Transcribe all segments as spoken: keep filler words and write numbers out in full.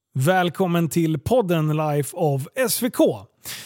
Välkommen till podden Life of S V K.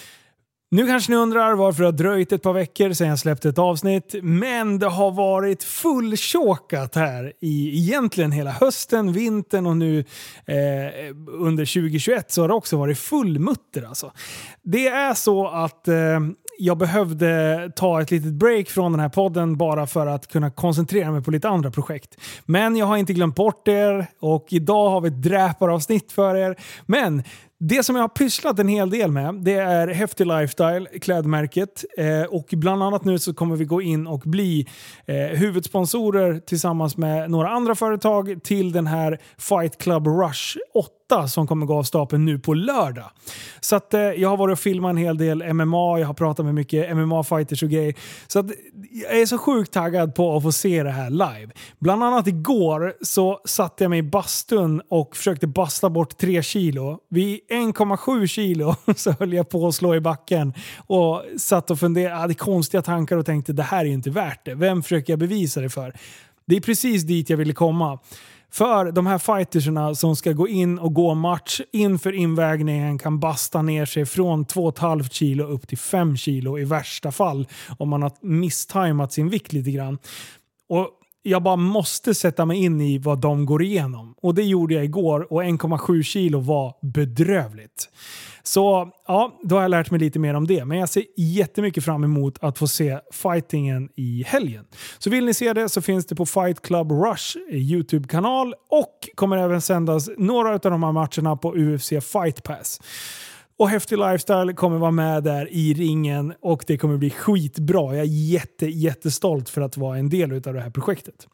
Nu kanske ni undrar varför det har dröjt ett par veckor sedan jag släppte ett avsnitt. Men det har varit fulltjåkat här i egentligen hela hösten, vintern och nu eh, under tjugohundratjugoett så har det också varit full mutter alltså. Det är så att eh, jag behövde ta ett litet break från den här podden bara för att kunna koncentrera mig på lite andra projekt. Men jag har inte glömt bort er och idag har vi ett dräparavsnitt för er. Men det som jag har pysslat en hel del med, det är Häftig Lifestyle, klädmärket. Eh, och bland annat nu så kommer vi gå in och bli eh, huvudsponsorer tillsammans med några andra företag till den här Fight Club Rush åtta som kommer gå av stapeln nu på lördag. Så att eh, jag har varit och filmat en hel del M M A, jag har pratat med mycket M M A-fighters och grejer. Så att jag är så sjukt taggad på att få se det här live. Bland annat igår så satte jag mig i bastun och försökte basta bort tre kilo. Vid en komma sju kilo så höll jag på att slå i backen och satt och funderade, hade konstiga tankar och tänkte det här är ju inte värt det. Vem försöker jag bevisa det för? Det är precis dit jag ville komma. För de här fighterserna som ska gå in och gå match inför invägningen kan basta ner sig från två komma fem kilo upp till fem kilo i värsta fall om man har misstajmat sin vikt lite grann. Och jag bara måste sätta mig in i vad de går igenom. Och det gjorde jag igår och en komma sju kilo var bedrövligt. Så ja, då har jag lärt mig lite mer om det. Men jag ser jättemycket fram emot att få se fightingen i helgen. Så vill ni se det så finns det på Fight Club Rush YouTube-kanal. Och kommer även sändas några av de här matcherna på U F C Fight Pass. Och Häftig Lifestyle kommer vara med där i ringen och det kommer bli skitbra. Jag är jätte, jättestolt för att vara en del av det här projektet.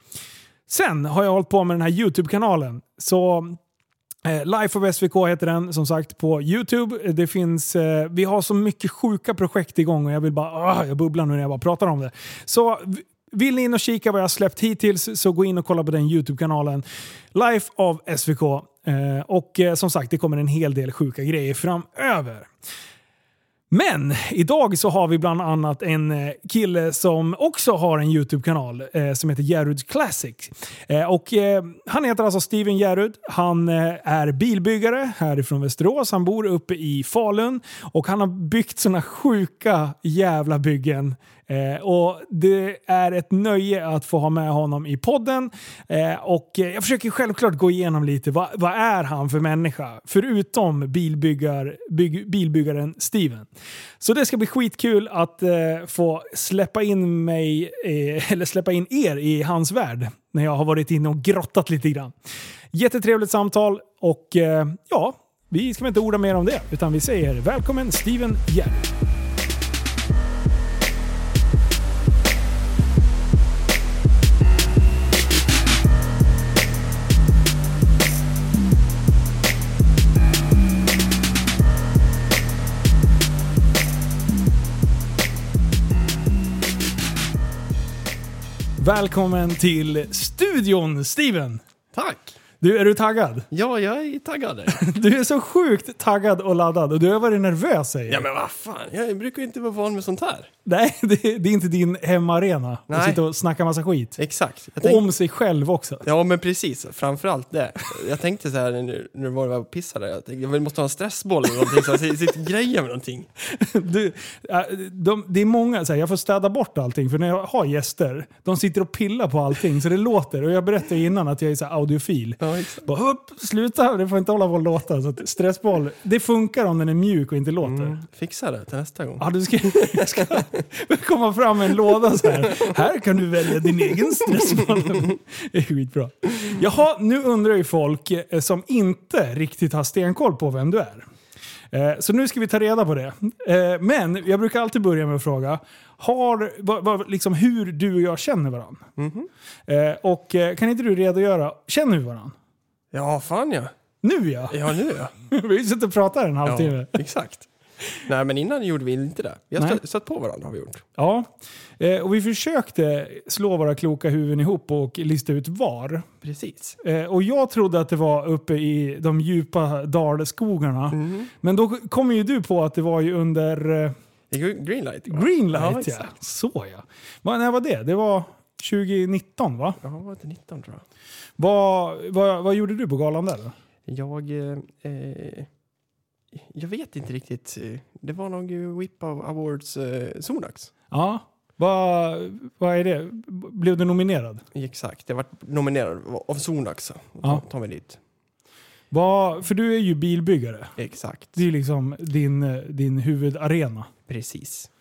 Sen har jag hållit på med den här YouTube-kanalen. Så eh, Life of S V K heter den som sagt på YouTube. Det finns, eh, vi har så mycket sjuka projekt igång och jag vill bara, ah, jag bubblar nu när jag bara pratar om det. Så vill ni in och kika vad jag har släppt hittills så gå in och kolla på den YouTube-kanalen. Life of S V K. Eh, och eh, som sagt, det kommer en hel del sjuka grejer framöver. Men idag så har vi bland annat en eh, kille som också har en YouTube-kanal eh, som heter Järud Classic. Eh, och eh, han heter alltså Steven Järud. Han eh, är bilbyggare härifrån Västerås. Han bor uppe i Falun och han har byggt såna sjuka jävla byggen. Eh, och det är ett nöje att få ha med honom i podden. Eh, och eh, jag försöker självklart gå igenom lite. Vad, vad är han för människa? Förutom bilbyggar, bygg, bilbyggaren Steven. Så det ska bli skitkul att eh, få släppa in mig, eh, eller släppa in er i hans värld. När jag har varit inne och grottat lite grann. Jättetrevligt samtal och eh, ja, vi ska inte orda mer om det. Utan vi säger välkommen Steven Järud. Välkommen till studion, Steven. Tack. Du, är du taggad? Ja, jag är taggad. Du är så sjukt taggad och laddad och du har varit nervös, säger Ja, men vad fan. Jag brukar inte vara van med sånt här. Nej, det, det är inte din hemmaarena. Nej. Att sitta och snacka massa skit. Exakt. Jag tänk... tänk... Om sig själv också. Ja, men precis. Framförallt det. Jag tänkte så här när du var och pissade. Jag tänkte, jag måste ha en stressboll eller någonting. Så jag sitter och grejer med någonting. Du, de, det är många, så här, jag får städa bort allting. För när jag har gäster, de sitter och pillar på allting. Så det låter. Och jag berättade innan att jag är så här audiofil. Ja, exakt. Bara, upp, sluta, det får inte hålla på att låta. Så att stressboll, det funkar om den är mjuk och inte låter. Mm, fixa det till nästa gång. Ja, du ska, jag ska komma fram med en låda så här. Här kan du välja din egen stressboll. Det är skitbra. Jaha, nu undrar ju folk som inte riktigt har stenkoll på vem du är. Så nu ska vi ta reda på det. Men jag brukar alltid börja med att fråga har, vad, vad, liksom, hur du och jag känner varandra. Mm-hmm. Och kan inte du redogöra, känner vi varandra? Ja, fan ja. Nu ja. Ja, nu ja. Vi har ju suttit och pratat en halvtimme. Ja, exakt. Nej, men innan gjorde vi inte det. Vi har stött, stött på varandra har vi gjort. Ja, eh, och vi försökte slå våra kloka huvuden ihop och lista ut var. Precis. Eh, och jag trodde att det var uppe i de djupa dalskogarna. Mm. Men då kom ju du på att det var ju under... Eh, Greenlight. Va? Greenlight, ja. ja. Så ja. Men när var det? Det var tjugonitton, va? Ja, det var nitton tror jag. Vad, vad, vad gjorde du på galan där då? Jag... Eh, jag vet inte riktigt. Det var nog Whip Awards eh, Sonax. Ja. Vad, vad är det? Blev du nominerad? Exakt. Jag var nominerad av Sonax. Ja. Ta mig dit. Vad, för du är ju bilbyggare. Exakt. Det är liksom din, din huvudarena. Precis.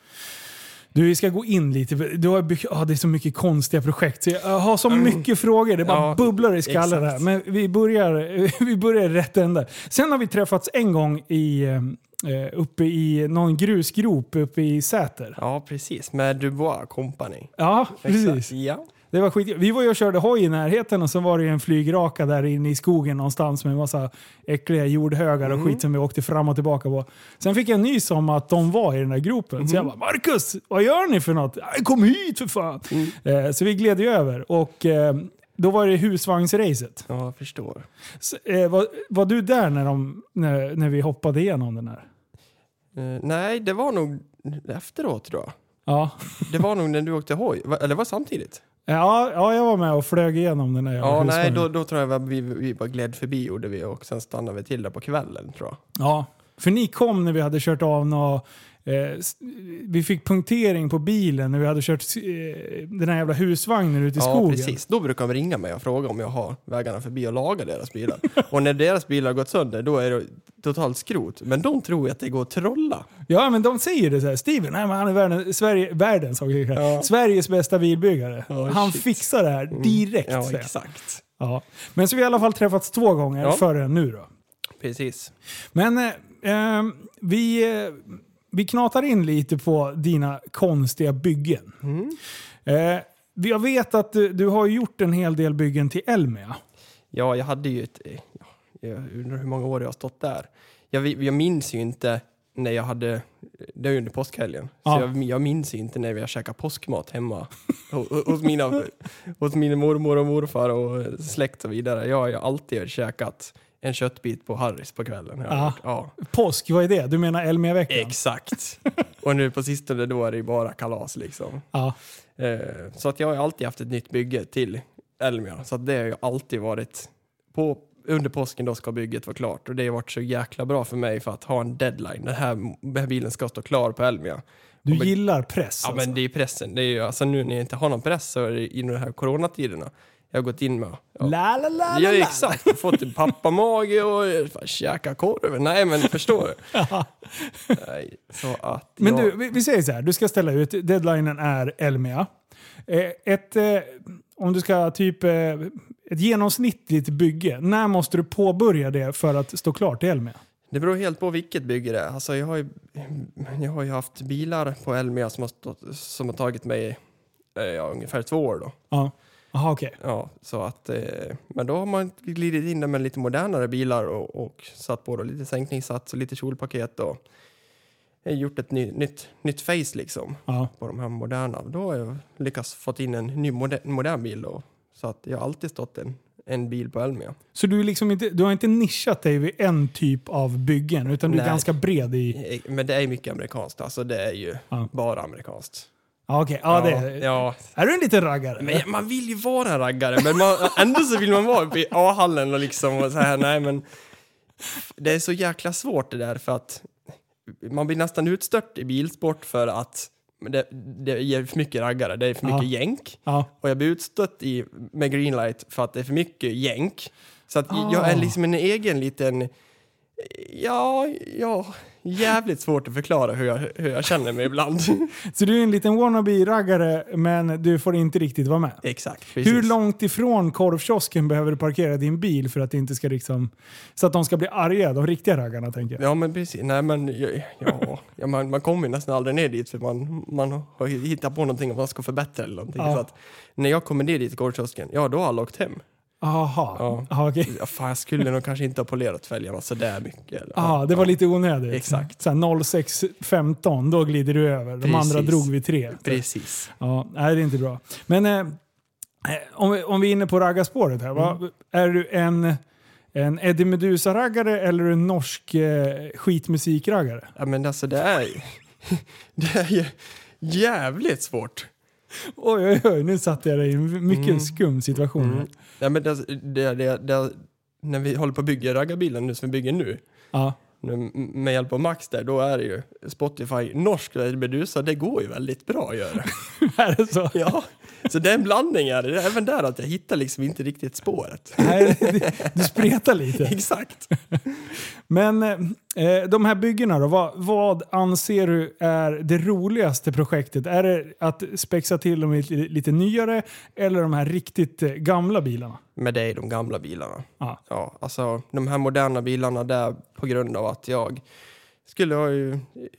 Du, vi ska gå in lite. Du har byggt, oh, det är så mycket konstiga projekt. Så jag har så mycket mm. frågor. Det bara ja, bubblar i skallen här. Men vi börjar, vi börjar rätt ända. Sen har vi träffats en gång i, uppe i någon grusgrop uppe i Säter. Ja, precis. Med Dubois Company. Ja, precis. Exakt. Ja. Det var skit. Vi var ju och körde hoj i närheten och så var det en flygraka där inne i skogen någonstans med en massa äckliga jordhögar och mm. skit som vi åkte fram och tillbaka på. Sen fick jag nys om att de var i den där gropen. Mm. Så jag bara, Marcus, vad gör ni för något? Kom hit för fan! Mm. Eh, så vi gled ju över och eh, då var det husvagnsracet. Ja, jag förstår. Så, eh, var, var du där när, de, när, när vi hoppade igenom den här? Uh, nej, det var nog efteråt tror jag. Ja. Det var nog när du åkte hoj. Eller var samtidigt? Ja, ja, jag var med och flög igenom den där jävla Ja, nej, då, då tror jag vi, vi bara gled förbi gjorde vi och sen stannade vi till där på kvällen tror jag. Ja, för ni kom när vi hade kört av något, eh, vi fick punktering på bilen när vi hade kört eh, den här jävla husvagnen ut i ja, skogen. Ja, precis. Då brukar de ringa mig och fråga om jag har vägarna förbi och laga deras bilar. Och när deras bilar har gått sönder, då är det totalt skrot. Men de tror ju att det går att trolla. Ja, men de säger det så här. Steven, nej, men han är världen, Sverige, världens, ja. Sveriges bästa bilbyggare. Oh, han shit. Fixar det här direkt. Mm. Ja, säger. exakt. Ja. Men så vi har i alla fall träffats två gånger ja. Före nu då. Precis. Men eh, vi, eh, vi knatar in lite på dina konstiga byggen. Mm. Eh, jag vet att du, du har gjort en hel del byggen till Elmia. Ja, jag hade ju ett... Jag undrar hur många år jag har stått där. Jag, jag minns ju inte när jag hade... Det är ju under påskhelgen. Ja. Så jag, jag minns inte när vi har käkat påskmat hemma hos, mina, hos min mormor och morfar och släkt och så vidare. Jag har ju alltid käkat en köttbit på Harris på kvällen. Ja. Ja. Påsk, vad är det? Du menar Elmia-veckan? Exakt. Och nu på sistone då är det bara kalas liksom. Ja. Eh, så att jag har alltid haft ett nytt bygge till Elmia. Så att det har ju alltid varit på... Under påsken då ska bygget vara klart. Och det har varit så jäkla bra för mig för att ha en deadline. Den här, den här bilen ska stå klar på Elmia. Du men, gillar press? Ja, alltså. Men det är pressen. Det är ju, alltså nu när jag inte har någon press så är det i de här coronatiderna. Jag har gått in med... Ja, la, la, la, ja la. exakt. Jag har fått en pappamage och fan, käka korv. Nej, men förstår du? Nej, så att men jag... du, vi, vi säger så här. Du ska ställa ut. Deadlinen är Elmia. Ett... Om du ska typ... Ett genomsnittligt bygge. När måste du påbörja det för att stå klart till Elmia? Det beror helt på vilket bygge det är. Alltså jag har ju, jag har ju haft bilar på Elmia som har, stått, som har tagit mig ja, ungefär två år då. Ja, aha, okej. Okay. Ja, så att, men då har man glidit in med lite modernare bilar och, och satt på då lite sänkningssats och lite kjolpaket och gjort ett ny, nytt, nytt face liksom ja. På de här moderna. Då har jag lyckats fått in en ny modern, modern bil då. Så att jag har alltid stått en, en bil på Elmia. Så du, liksom inte, du har inte nischat dig vid en typ av byggen utan du Nej. Är ganska bred i... Men det är mycket amerikanskt. Alltså det är ju ja. Bara amerikanskt. Ja, okej. Okay. Ja, ja, det, ja. Är du en liten raggare? Men man vill ju vara en raggare. Men man, ändå så vill man vara uppe i A-hallen och liksom och så här. Nej, men det är så jäkla svårt det där för att man blir nästan utstört i bilsport för att det, det ger för mycket raggare. Det är för mycket ja. Jänk. Ja. Och jag blir utstött i, med Greenlight för att det är för mycket jänk. Så att ah. jag är liksom en egen liten... Ja, ja, jävligt svårt att förklara hur jag, hur jag känner mig ibland. Så du är en liten wannabe-raggare men du får inte riktigt vara med? Exakt, precis. Hur långt ifrån korvkiosken behöver du parkera din bil för att det inte ska liksom... Så att de ska bli arga, de riktiga raggarna tänker jag. Ja, men precis. Nej, men ja, ja, man, man kommer nästan aldrig ner dit för man, man har hittat på någonting om man ska förbättra eller någonting. Ja. Så att när jag kommer ner dit i korvkiosken, ja då har jag åkt hem. Aha. Ja. Aha, okay. Ja, fan, jag skulle nog kanske inte ha polerat fälgarna så där mycket. Eller? Ja, det var lite onödigt. Exakt. Så noll sex femton, då glider du över. De Precis. Andra drog vi tre. Precis. Ja, nej, det är inte bra. Men eh, om, vi, om vi är inne på raggarspåret här. Mm. Va? Är du en, en Eddie Meduza-raggare eller en norsk eh, skitmusikraggare? Ja, men alltså det är, det är ju jävligt svårt. Oj, oj, oj, nu satt jag i en mycket mm. skum situation. Mm. Ja, men det, det, det, det, när vi håller på att bygga raggarbilen nu som vi bygger nu. Ja. Med hjälp av Max där, då är det ju Spotify norsk Medusa, det går ju väldigt bra att göra. Är det så? Ja, så det är en blandning är det. Även där att jag hittar liksom inte riktigt spåret. Nej, det, du spretar lite. Exakt. Men eh, de här byggena då, vad, vad anser du är det roligaste projektet? Är det att spexa till dem lite, lite nyare eller de här riktigt eh, gamla bilarna? Men det är de gamla bilarna. Ja. Ja, alltså de här moderna bilarna där på grund av att jag skulle ha ju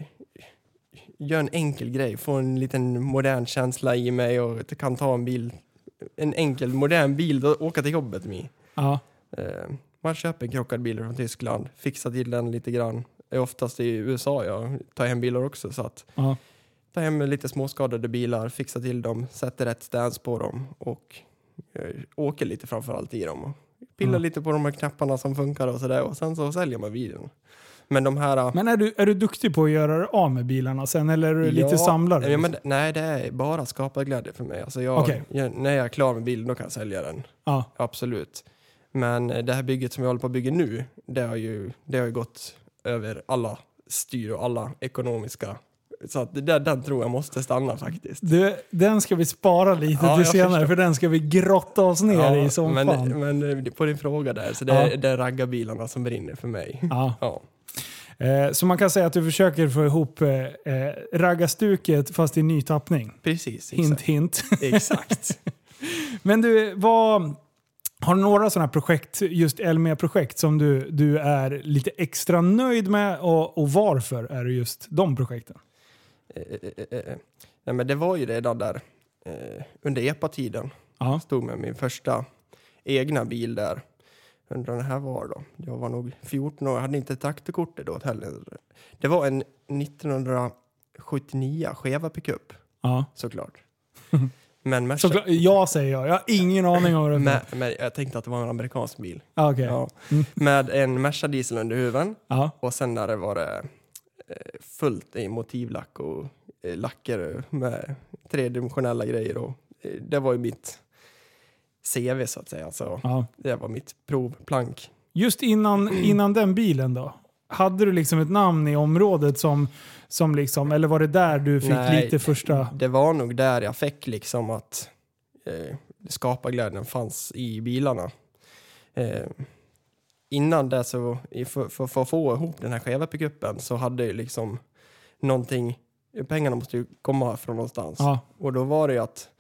göra en enkel grej, få en liten modern känsla i mig och att jag kan ta en bil, en enkel modern bil och åka till jobbet med. Ja. Eh, man köper en krockad bil från Tyskland, fixar till den lite grann. Det är oftast i U S A jag tar hem bilar också, så att Ja. ta hem lite småskadade bilar, fixa till dem, sätter rätt stance på dem och eh, åker lite framförallt i dem. Pillar Mm. lite på de här knapparna som funkar och sådär och sen så säljer man bilen. Men de här... Men är du, är du duktig på att göra av med bilarna sen eller är du Ja, lite samlare? Ja, men, nej, det är bara skapa glädje för mig. Alltså jag, Okej. jag, när jag är klar med bilen då kan jag sälja den. Ja. Absolut. Men det här bygget som jag håller på att bygga nu, det har ju, det har ju gått över alla styr och alla ekonomiska. Så att det där, den tror jag måste stanna faktiskt. Du, den ska vi spara lite Ja, till jag senare förstår. för den ska vi grotta oss ner Ja, i som men, fan. men på din fråga där, så det är, Ja. det är raggarbilarna som brinner för mig. Ja. Ja. Eh, så man kan säga att du försöker få ihop eh, eh, raggarstuket fast i ny tappning. Precis, Hint, exakt. hint. Exakt. Men du, vad, har du några sådana projekt, just Elmia-projekt, som du, du är lite extra nöjd med och, och varför är det just de projekten? Eh, eh, eh, eh. Nej, men det var ju redan där eh, under E P A-tiden. Ja. Stod med min första egna bil där. Undrar när det här var då. Jag var nog fjorton år. Jag hade inte traktorkortet då heller. Det var en nittonhundrasjuttionio skeva pickup. Ja. Såklart. Men, Merca, Såklart, ja säger jag. Jag har ingen aning om vad det är. med, med, jag tänkte att det var en amerikansk bil. Ah, okej. Ja. Mm. Med en Merca diesel under huven. Ja. Och sen där var det eh, fullt i motivlack och eh, lacker med tredimensionella grejer. Och, eh, det var ju mitt C V så att säga. Så Ja. det var mitt provplank. Just innan, innan den bilen då? Hade du liksom ett namn i området som, som liksom, eller var det där du fick Nej, lite första... Det var nog där jag fick liksom att eh, skaparglädjen fanns i bilarna. Eh, innan det så, för, för, för att få ihop den här skeva pickupen så hade ju liksom någonting, pengarna måste ju komma från någonstans. Ja. Och då var det ju att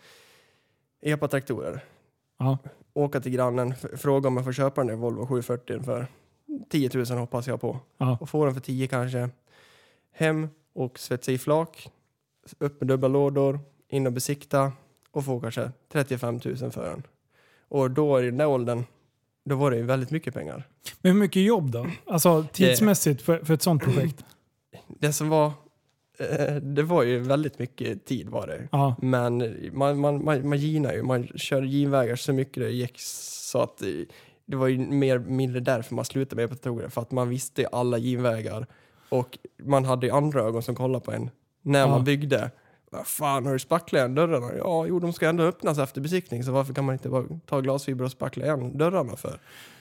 E P A-traktorer, Ja. åka till grannen, f- fråga om jag får köpa den där Volvo sju fyrtio för tio tusen hoppas jag på. Ja. Och få den för tio kanske. Hem och svetsa i flak. Upp med dubbla lådor. In och besikta. Och få kanske trettiofem tusen för den. Och då i den där åldern, då var det ju väldigt mycket pengar. Men hur mycket jobb då? Alltså tidsmässigt för, för ett sånt projekt? Det som var, eh, det var ju väldigt mycket tid var det. Ja. Men man, man, man, man ginar ju, man kör ginvägar så mycket det gick så att eh, det var ju mer mindre därför man slutade med patroner. För att man visste alla ginvägar. Och man hade ju andra ögon som kollade på en när Ja. man byggde. Vad fan, har du spacklat igen dörrarna? Ja, jo, de ska ändå öppnas efter besiktning. Så varför kan man inte bara ta glasfiber och spackla igen dörrarna för?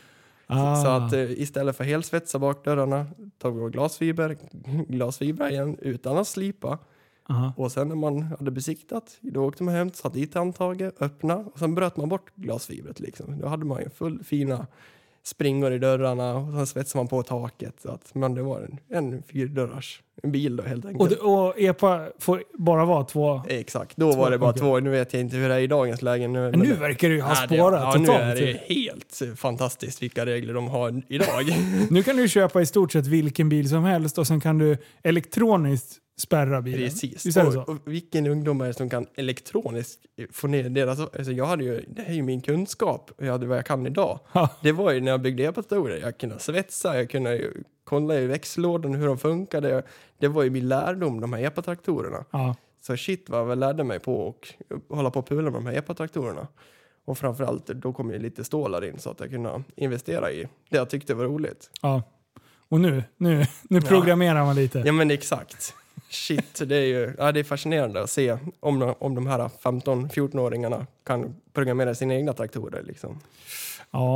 Ah. Så att eh, istället för helsvetsa bak dörrarna tar vi glasfiber, glasfiber igen utan att slipa. Aha. Och sen när man hade besiktat, då åkte man hem, satt dit handtaget, öppna och sen bröt man bort glasfibret liksom. Då hade man ju full fina springor i dörrarna och sen svetsade man på taket. Så att, men det var en, en fyrdörrars, en bil då helt enkelt. Och, det- och E P A får bara vara två... Exakt, då Två, var det bara okej. två. Nu vet jag inte hur det är i dagens läge. Nu, Men nu verkar det ju ha Ja, det- spårat ja, nu totalt. är det helt fantastiskt vilka regler de har idag. Nu kan du köpa i stort sett vilken bil som helst och sen kan du elektroniskt spärra bilen. Precis. Visst är det Och, så? och vilken ungdom är det som kan elektroniskt få ner deras... Alltså jag hade ju, det är ju min kunskap. Jag hade vad jag kan idag. Ja. Det var ju när jag byggde e-pastorer. Jag kunde svetsa, jag kunde ju kolla i växellådan hur de funkade. Det var ju min lärdom, de här e-patraktorerna. Ja. Så shit vad jag lärde mig på och hålla på och pula med de här e-patraktorerna. Och framförallt då kom ju lite stålar in så att jag kunde investera i det jag tyckte var roligt. Ja. Och nu, nu, nu programmerar man lite. Ja men exakt. Shit, det är ju ja, det är fascinerande att se om, de- om de här femton-fjorton-åringarna kan programmera sina egna traktorer liksom. Ja.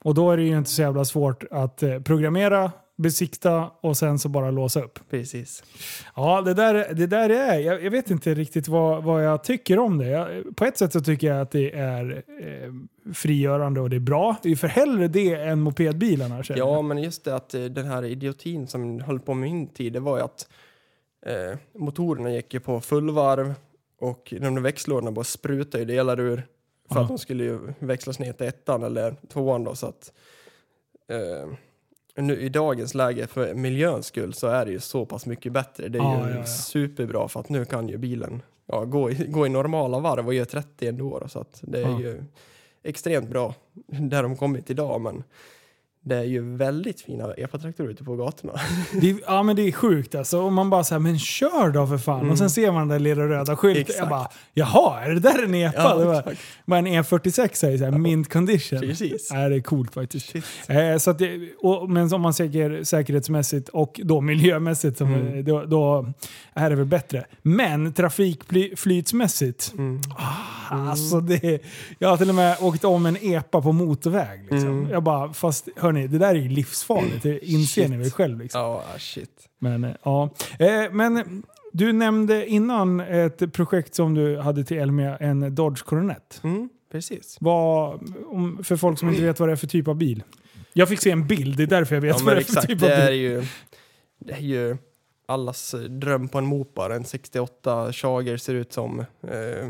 Och då är det ju inte så jävla svårt att eh, programmera, besikta och sen så bara låsa upp. Precis. Ja, det där, det där är... Jag, jag vet inte riktigt vad, vad jag tycker om det. Jag, på ett sätt så tycker jag att det är eh, frigörande och det är bra. Det är för hellre det än mopedbilarna. Ja, men just det att eh, den här idiotin som höll på med min tid, det var ju att eh, motorerna gick ju på fullvarv och de där växellådorna bara sprutade ju delar ur för Ja. att de skulle ju växlas ner till ettan eller tvåan då, så att eh, nu i dagens läge för miljöns skull så är det ju så pass mycket bättre. Det är Ja, ju ja, ja. superbra för att nu kan ju bilen ja, gå, i, gå i normala varv och göra trettio ändå. Så att det är Ja. ju extremt bra där de kommit idag, men det är ju väldigt fina epatraktorer ute på gatorna. Det, ja, men det är sjukt alltså. Och man bara säger, men kör då för fan. Mm. Och sen ser man den där lilla röda skylten. Exakt. Jag bara, jaha, är det där en epa? Ja, det var, exakt. var en E fyrtiosex i så här, mint condition. Precis. Ja, det är coolt faktiskt. Shit. Eh, så att det, och, men om man säker säkerhetsmässigt och då miljömässigt som, Mm. då, då är det väl bättre. Men trafikflytsmässigt, Mm. ah, alltså det, jag har till och med åkt om en epa på motorväg. Liksom. Mm. Jag bara, fast hörni, det där är ju livsfarligt. Det inser Shit. ni väl själv. Liksom. Ja, shit. Men, eh, ja. Eh, men du nämnde innan ett projekt som du hade till Elmia, en Dodge Coronet. Mm, precis. Vad, om, för folk som inte vet vad det är för typ av bil. Jag fick se en bild, det är därför jag vet Ja, vad men det är för exakt. typ Det av är bil. ju, det är ju allas dröm på en mopar. En sextioåtta Charger ser ut som... Eh,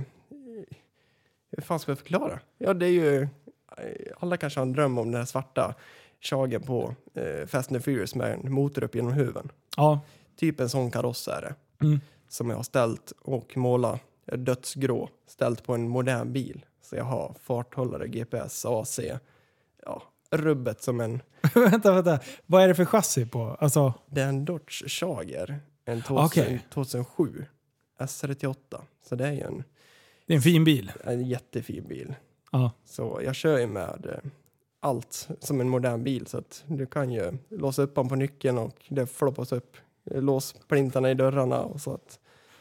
hur fan ska jag förklara? Ja, det är ju... Alla kanske har en dröm om den här svarta Chargern på eh, Fast and Furious med en motor upp genom huven. Ja. Typ en sån kaross är det. Mm. Som jag har ställt och målat dödsgrå. Ställt på en modern bil. Så jag har farthållare, G P S, A C. Ja, rubbet som en... vänta, vänta. Vad är det för chassi på? Alltså, Det är en Dodge Charger. En Okej. tjugohundrasju. S trettioåtta. Så det är ju en, det är en fin bil. en jättefin bil. Ja. Så jag kör ju med eh, allt som en modern bil. Så att du kan ju låsa upp den på nyckeln och det floppas upp eh, låsplintarna i dörrarna. Och så att,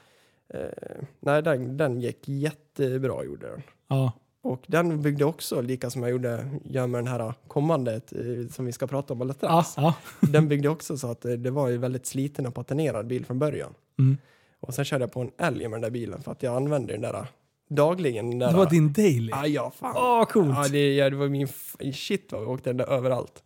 eh, nej, den, den gick jättebra, gjorde den. Ja. Och den byggde också, lika som jag gjorde gör med den här kommande eh, som vi ska prata om alldeles Ja. strax. Ja. Den byggde också så att eh, det var ju väldigt sliten och patinerad bil från början. Mm. Och sen körde jag på en älg med den där bilen för att jag använde den där dagligen. Den där, Det var din daily. Ah, ja, fan. Åh, coolt. Ja, det, ja, det var min f- shit vad vi åkte den där överallt.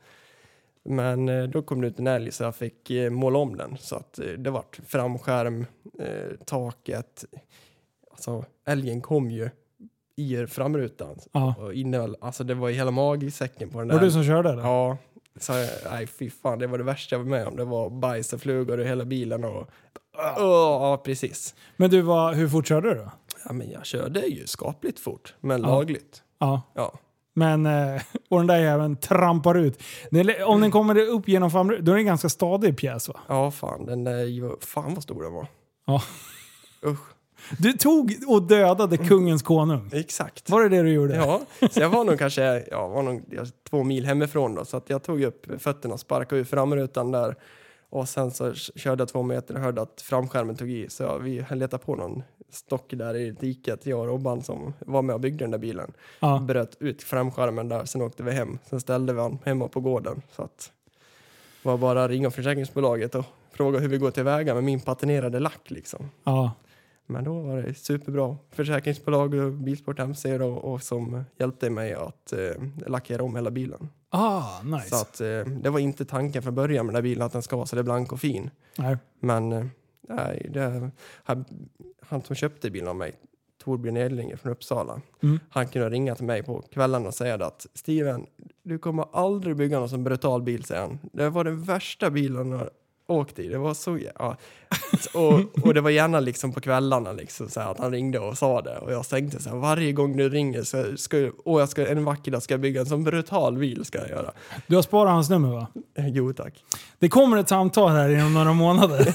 Men eh, då kom det ut en älg så jag fick eh, måla om den. Så att eh, det var framskärm, eh, taket. Alltså älgen kom ju i framrutan. Ja. Och innehöll, alltså det var ju hela magsäcken på den där. Var det du som körde det? Ja. Så jag, nej fy fan, det var det värsta jag var med om. Det var bajs och flugor i hela bilen och... Åh, ja, precis. Men du, var, hur fort körde du då? Ja, men jag körde ju skapligt fort, men Ja. lagligt. Ja. Ja. Men, eh, och den där jäveln trampar ut. Den, om den kommer upp genom framrutan, då är det en ganska stadig pjäs, va? Ja, fan, den där ju, fan vad stor den var. Ja. Usch. Du tog och dödade kungens konung. Exakt. Var det det du gjorde? Ja, så jag var nog kanske ja, var nog, jag, två mil hemifrån då, så att jag tog upp fötterna och sparkade ut framrutan där. Och sen så körde jag två meter och hörde att framskärmen tog i. Så vi letade på någon stock där i diket, jag och Robban som var med och byggde den där bilen. Ja. Bröt ut framskärmen där, sen åkte vi hem. Sen ställde vi han hemma på gården. Så att det var bara att ringa försäkringsbolaget och fråga hur vi går till väga med min patinerade lack liksom. Ja. Men då var det superbra försäkringsbolag och Bilsport M C och, och som hjälpte mig att eh, lackera om hela bilen. Ah, nice. Så att eh, det var inte tanken från början med den här bilen att den ska vara så där blank och fin. Nej. Men eh, nej, det, han, han som köpte bilen av mig, Torbjörn Edlinger från Uppsala, Mm. han kunde ringa till mig på kvällen och säga att Steven, du kommer aldrig bygga någon sån brutal bil, säger han. Det var den värsta bilen jag har åkt i. Det var så, ja. och, och det var gärna liksom på kvällarna liksom, så här, att han ringde och sa det. Och jag tänkte så här, varje gång du ringer så ska jag, och jag ska, en vacker dag ska jag bygga en sån brutal bil ska jag göra. Du har sparat hans nummer, va? Eh, Jo, tack. Det kommer ett samtal här inom några månader.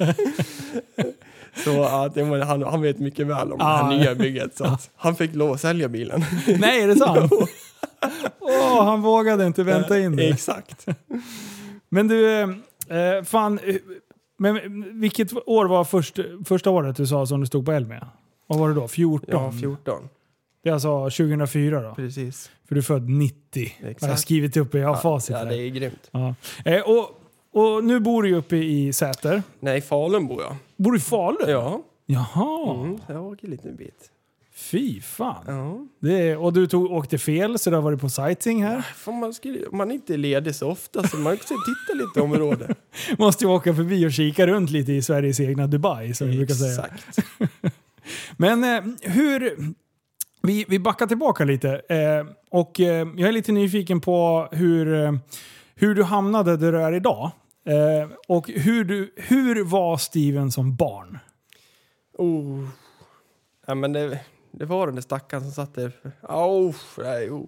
Så ja, det var, han, han vet mycket väl om Ah, det här nya bygget. Så att han fick lov att sälja bilen. Nej, är det sant? Åh, han vågade inte vänta in det. Exakt. Men du, eh, fan, eh, men vilket år var först, första året du sa som du stod på Elmia? Vad var det då? fjorton? Ja, fjorton. Det är alltså tjugohundrafyra då. Precis. För du är född nittio. Exakt. Jag har skrivit upp, jag har Ja, facit ja, här. det är grymt. Ja. Eh, och, och nu bor du ju uppe i Säter. Nej, Falun bor jag. Bor du i Falun? Ja. Jaha. Mm, jag åker lite en bit. Fy fan. Ja. Det är, och du tog, åkte fel så du har varit på sightseeing här. För man, skulle, man är inte ledig så ofta så man kan titta lite område. Måste ju åka förbi och kika runt lite i Sveriges egna Dubai som vi brukar säga. Exakt. Men eh, hur... Vi, vi backar tillbaka lite. Eh, och eh, jag är lite nyfiken på hur, eh, hur du hamnade där du är idag. Eh, och hur, du, hur var Steven som barn? Oh. Ja, men det, det var den där stackaren som satt där. Oh, nej, oh.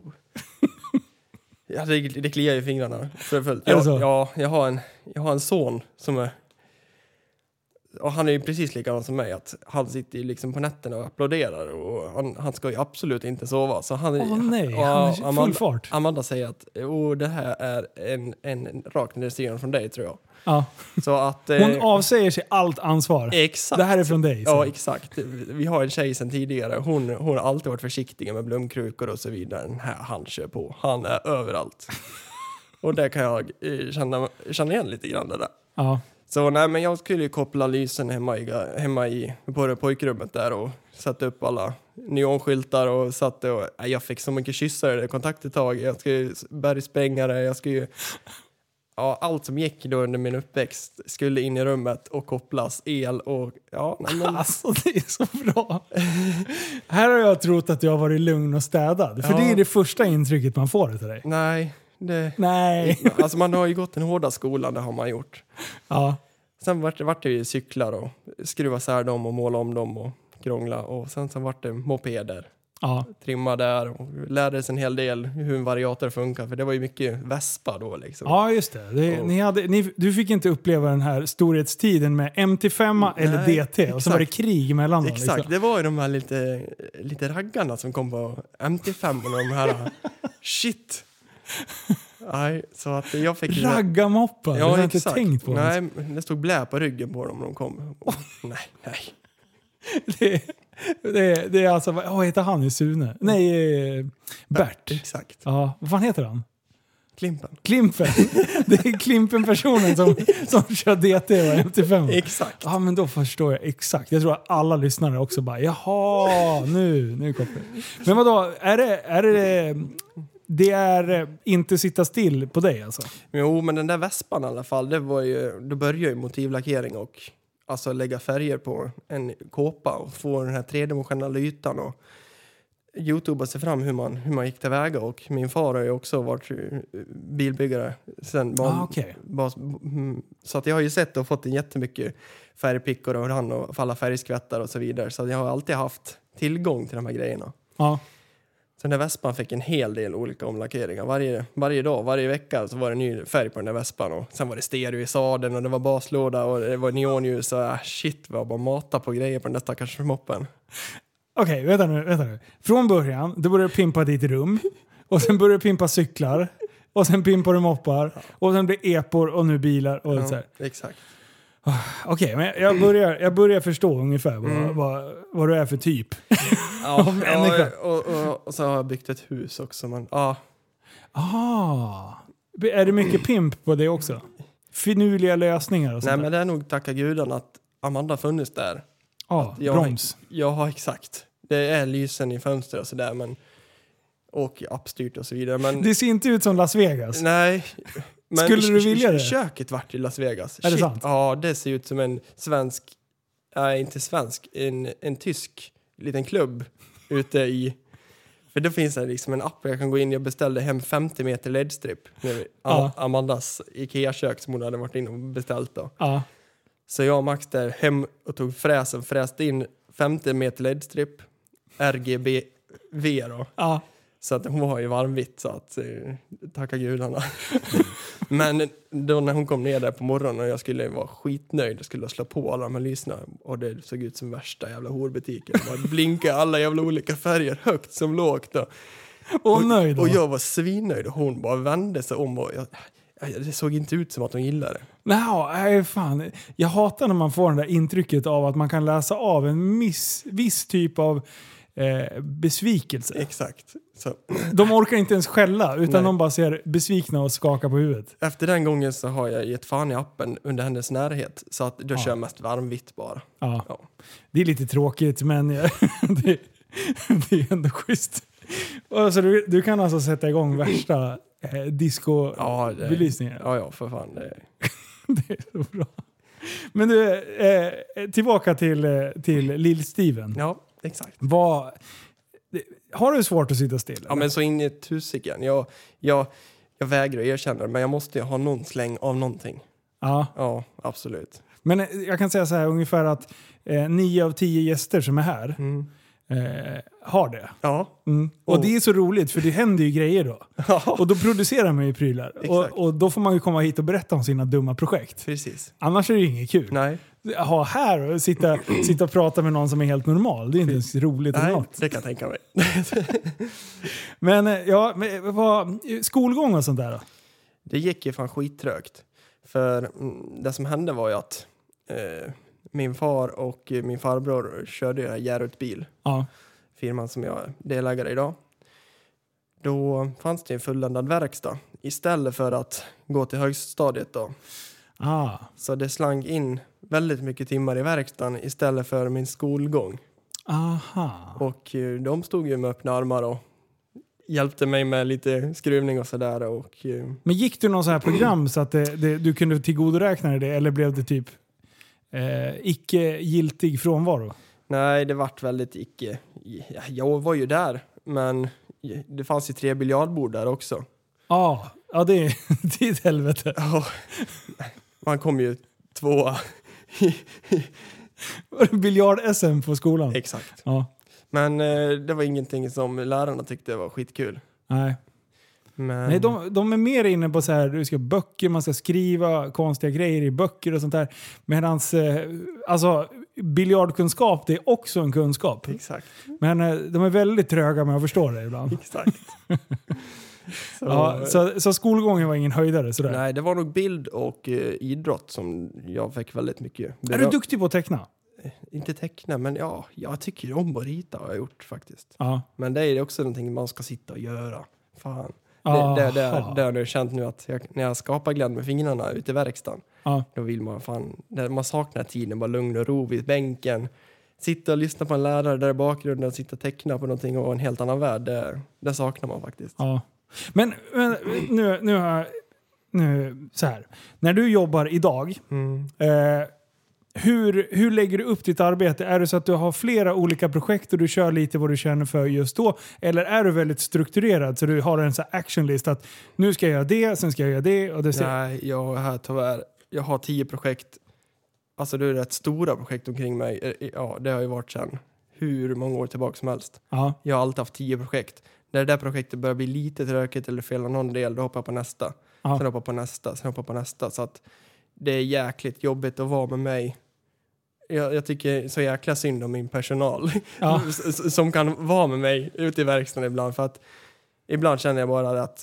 Ja, det, det kliar i fingrarna. För fullt. Är det Jag, så? ja, jag har, en, jag har en son som är... Och han är ju precis likadan som mig. Att han sitter ju liksom på nätterna och applåderar. Och han, han ska ju absolut inte sova. Så han, Åh nej, och han är full Amanda, fart. Amanda säger att oh, det här är en, en rak nedstyran från dig, tror jag. Ja. Så att, Hon eh, avsäger sig allt ansvar. exakt. Det här är från dig. Så. Ja, exakt. Vi har en tjej sedan tidigare. Hon, hon har alltid varit försiktig med blomkrukor och så vidare. Den här, han kör på. Han är överallt. Och det kan jag eh, känna, känna igen lite grann det där. Ja. Så nej, men jag skulle ju koppla lysen hemma i, hemma i på det pojkrummet där och sätta upp alla neonskyltar och satte och nej, jag fick så mycket kyssar i kontaktuttag. Jag skulle bergsprängare, jag skulle ja, allt som gick då under min uppväxt skulle in i rummet och kopplas el och ja, nej, men... Alltså det är så bra. Här har jag trott att jag har varit lugn och städad. För Ja. det är det första intrycket man får av dig. Nej, det... Nej. Alltså man har ju gått den hårda skolan, det har man gjort. Ja. Sen vart det, vart det ju cyklar och skruva isär dem och måla om dem och krångla. Och sen så vart det mopeder. Ja. Trimma där och lärde sig en hel del hur en variator funkar. För det var ju mycket Vespa då liksom. Ja, just det. det Och- ni hade, ni, du fick inte uppleva den här storhetstiden med M T fem eller Nej, D T. Och så exakt. var det krig mellan dem. Exakt, Liksom. det var ju de här lite, lite raggarna som kom på M T fem och de här shit. Nej, så att jag fick... Raggarmoppar. det har Ja, jag inte exakt. tänkt på. Nej, det stod blä på ryggen på dem när de kom. Och, nej, nej. Det, det, det är alltså, vad heter han i Sune? Nej, eh, Bert. Exakt. Ja, vad fan heter han? Klimpen. Klimpen. Det är Klimpen-personen som, som kör D T och M T fem. Exakt. Ja, men då förstår jag exakt. Jag tror att alla lyssnare också bara, jaha, nu, nu kopplar jag. Men vadå, är det, är det, det är inte sitta still på dig alltså? Jo, men den där Vespan i alla fall, det var ju, då började ju motivlackering och alltså lägga färger på en kåpa och få den här tredimensionella ytan och YouTubea sig fram hur man, hur man gick tillväga. Och min far har ju också varit bilbyggare sen. Ah, okay. Bas, så att jag har ju sett och fått en jättemycket färgpickor och han och alla färgskvättar och så vidare. Så jag har alltid haft tillgång till de här grejerna. Ja. Så den där Vespan fick en hel del olika omlackeringar. Varje, varje dag, varje vecka så var det ny färg på den där Vespan. Och sen var det stereo i sadeln och det var baslåda och det var neonljus. Och äh, shit, vad bara mata på grejer på den där stackars moppen. Okej, okay, vänta nu, vänta nu. Från början, då började du pimpa ditt rum. Och sen började du pimpa cyklar. Och sen pimpar du moppar. Och sen blir epor och nu bilar. Och Ja, så här. exakt. Okej, okay, men jag börjar, jag börjar förstå ungefär vad, Mm. vad, vad du är för typ. Ja, människa. ja och, och, och så har jag byggt ett hus också. Men, ja. Ah, är det mycket pimp på det också? Finurliga lösningar och sånt Nej, där? men det är nog tacka gudarna att Amanda funnits där. Ja, jag, broms. Ja, exakt. Det är lysen i fönster och sådär, men och uppstyrt och så vidare. Men, Det ser inte ut som Las Vegas. nej. Men Skulle du vilja det? Köket vart i Las Vegas. Är det sant? Ja, det ser ut som en svensk, nej inte svensk, en, en tysk liten klubb ute i, för då finns det liksom en app jag kan gå in och beställa hem femtio meter L E D-strip. Ja. Amandas Ikea-kök som hon hade varit in och beställt då. Ja. Så jag och Max där hem och tog fräsen, fräste in femtio meter L E D-strip, R G B V då. Ja. Så att hon var ju varmvitt, så att eh, tacka gudarna. Men då när hon kom ner där på morgonen och jag skulle vara skitnöjd och skulle slå på alla de här lyssna och det såg ut som värsta jävla horbutiken. Man blinkade alla jävla olika färger högt som lågt då. Och nöjd då? Och jag var svinnöjd och hon bara vände sig om och jag, jag, det såg inte ut som att hon gillade det. Nej, fan. Jag hatar när man får det där intrycket av att man kan läsa av en miss, viss typ av eh, besvikelse. Exakt. Så. De orkar inte ens skälla, utan Nej. de bara ser besvikna och skakar på huvudet. Efter den gången så har jag gett fan i appen under hennes närhet. Så att då Ja. kör jag mest varmvitt bara. Ja. Ja. Det är lite tråkigt, men det, det är ändå schysst. Och så du, du kan alltså sätta igång värsta eh, disco-belysningen. Ja, ja, för fan. Det... Det är så bra. Men du, eh, tillbaka till, eh, till Lill-Steven. Ja, exakt. Vad, har du svårt att sitta still? Ja, men så in i ett hus igen. Jag, jag, jag vägrar erkänna det, men jag måste ju ha någon släng av någonting. Ja. Ja, absolut. Men eh, jag kan säga så här ungefär att eh, nio av tio gäster som är här Mm. eh, har det. Ja. Mm. Och Och- det är så roligt för det händer ju grejer då. Och då producerar man ju prylar. Och, Exakt. och då får man ju komma hit och berätta om sina dumma projekt. Precis. Annars är det inget kul. Nej, Ha här och sitta, sitta och prata med någon som är helt normal. Det är inte ens roligt eller Nej något. det kan jag tänka mig. Men eh, ja, men, vad, skolgång och sånt där då? Det gick ju fan skittrögt. För mm, det som hände var ju att eh, min far och eh, min farbror körde ju Järut bil. Ja. Firman som jag är delägare idag. Då fanns det en fulländad verkstad istället för att gå till högstadiet då. Ah. Så det slang in väldigt mycket timmar i verkstaden istället för min skolgång. Aha. Och eh, de stod ju med öppna armar och hjälpte mig med lite skruvning och sådär. Och, eh, Men gick du någon så här program så att det, det, du kunde tillgodoräkna dig det? Eller blev det typ eh, icke-giltig frånvaro? nej, det vart väldigt icke... Ja, jag var ju där, men det fanns ju tre biljardbord där också. Ah. Ja, det är, det är ett helvete. Ja, man kom ju tvåa. Var det biljard-S M på skolan? Exakt. Ja. Men eh, det var ingenting som lärarna tyckte var skitkul. Nej. Men... Nej, de, de är mer inne på så här, du ska böcker, man ska skriva konstiga grejer i böcker och sånt där. Medans, eh, alltså, biljardkunskap, det är också en kunskap. Exakt. Men eh, de är väldigt tröga med att förstå det ibland. Exakt. så, Ja, så, så skolgången var ingen höjdare sådär. nej, det var nog bild och eh, idrott som jag fick väldigt mycket. Är du duktig på att teckna? Inte teckna, men ja, jag tycker om att rita har jag gjort faktiskt. Ja. Men det är också någonting man ska sitta och göra. Fan. Aha. Det, det, det, det har jag känt nu att jag, när jag skapar glädje med fingrarna ute i verkstaden, Ja. då vill man fan, det, man saknar tiden, bara lugn och ro vid bänken. Sitta och lyssna på en lärare där i bakgrunden och sitta och teckna på någonting och en helt annan värld, det, det saknar man faktiskt. Ja. Men, men nu, nu, har jag- nu så här. När du jobbar idag, Mm. eh, hur, hur lägger du upp ditt arbete? Är det så att du har flera olika projekt och du kör lite vad du känner för just då? Eller är du väldigt strukturerad så du har en så här actionlist att nu ska jag göra det, sen ska jag göra det och det ska... Nej, jag har tyvärr, jag har tio projekt. Alltså det är rätt stora projekt omkring mig. Ja, det har ju varit sedan hur många år tillbaka som helst. Ja. Jag har alltid haft tio projekt. När det där projektet börjar bli lite tråkigt eller fel av någon del, då hoppar jag på nästa. Ja. Sen hoppar jag på nästa, sen hoppar jag på nästa. Så att det är jäkligt jobbigt att vara med mig. Jag, jag tycker så jäkla synd om min personal. Ja. S- som kan vara med mig ute i verkstaden ibland. För att ibland känner jag bara att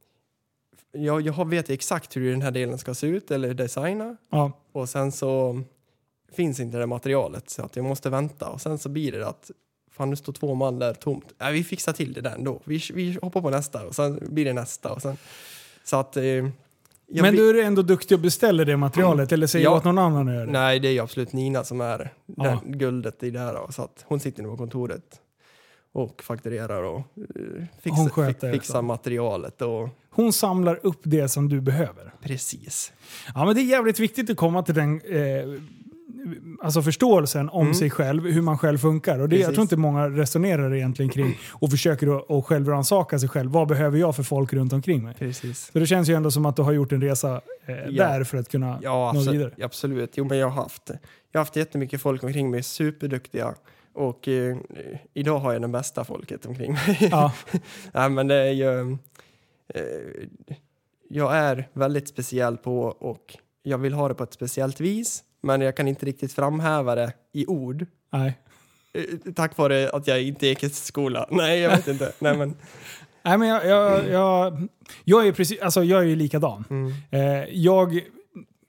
jag, jag vet exakt hur den här delen ska se ut eller designa. Ja. Och sen så finns inte det materialet så att jag måste vänta. Och sen så blir det att fan, nu står två man där tomt. Nej, vi fixar till det där ändå. Vi, vi hoppar på nästa och sen blir det nästa. Och sen, så att... Eh, jag Men vi- du är ändå duktig och beställer det materialet eller säger Ja. åt någon annan att göra det? Nej, det är ju absolut Nina som är Ja. den guldet i det här. då. Så att hon sitter nu på kontoret och fakturerar och eh, Hon fixar, sköter fi- det fixar så. materialet. Och Hon samlar upp det som du behöver. precis. Ja, men det är jävligt viktigt att komma till den eh, alltså förståelsen om Mm. sig själv, hur man själv funkar. Och det, jag Precis. tror inte många resonerar egentligen kring och försöker att, att självransaka sig själv. Vad behöver jag för folk runt omkring mig? Precis. Så det känns ju ändå som att du har gjort en resa eh, Ja. där för att kunna Ja, nå absolut. vidare. absolut. Jo, men jag har haft jag har haft jättemycket folk omkring mig, superduktiga. Och eh, idag har jag den bästa folket omkring mig. Ja. Nej, men det är ju... Eh, jag är väldigt speciell på och jag vill ha det på ett speciellt vis. Men jag kan inte riktigt framhäva det i ord. Nej. Eh, Tack vare att jag inte gick i skola. Nej, jag vet inte. Nej, men... Nej, men jag, jag, jag, jag är precis, alltså jag är ju likadan. Mm. Eh, jag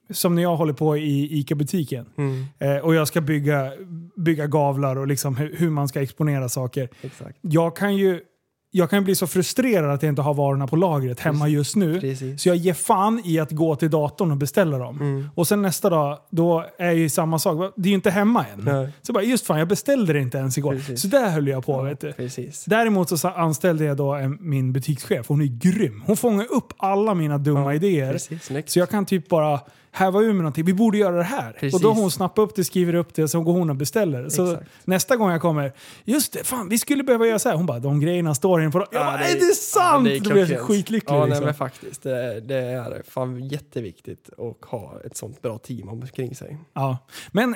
som när jag håller på i ICA-butiken. Mm. Eh, och jag ska bygga, bygga gavlar och liksom hur, hur man ska exponera saker. Exakt. Jag kan ju jag kan bli så frustrerad att jag inte har varorna på lagret hemma just nu. Precis. Så jag ger fan i att gå till datorn och beställa dem. Mm. Och sen nästa dag, då är ju samma sak. Det är ju inte hemma än. Nej. Så bara, just fan, jag beställde det inte ens igår. Precis. Så där höll jag på. Ja, vet du. precis. Däremot så anställde jag då en, min butikschef. Hon är grym. Hon fångar upp alla mina dumma Ja, idéer. precis. Snyggt. Så jag kan typ bara häva ur med någonting. Vi borde göra det här. Precis. Och då har hon snappat upp det, skriver upp det, så går hon och beställer. Så Exakt. nästa gång jag kommer, just det, fan, vi skulle behöva göra så här. Hon bara, de grejerna står in på... Jag Ja, bara, det är är- det sant? Ja, det är Då blir jag klockrent. skitlycklig. Ja, nej, liksom. men faktiskt. Det, det är fan jätteviktigt att ha ett sånt bra team omkring sig. Ja. Men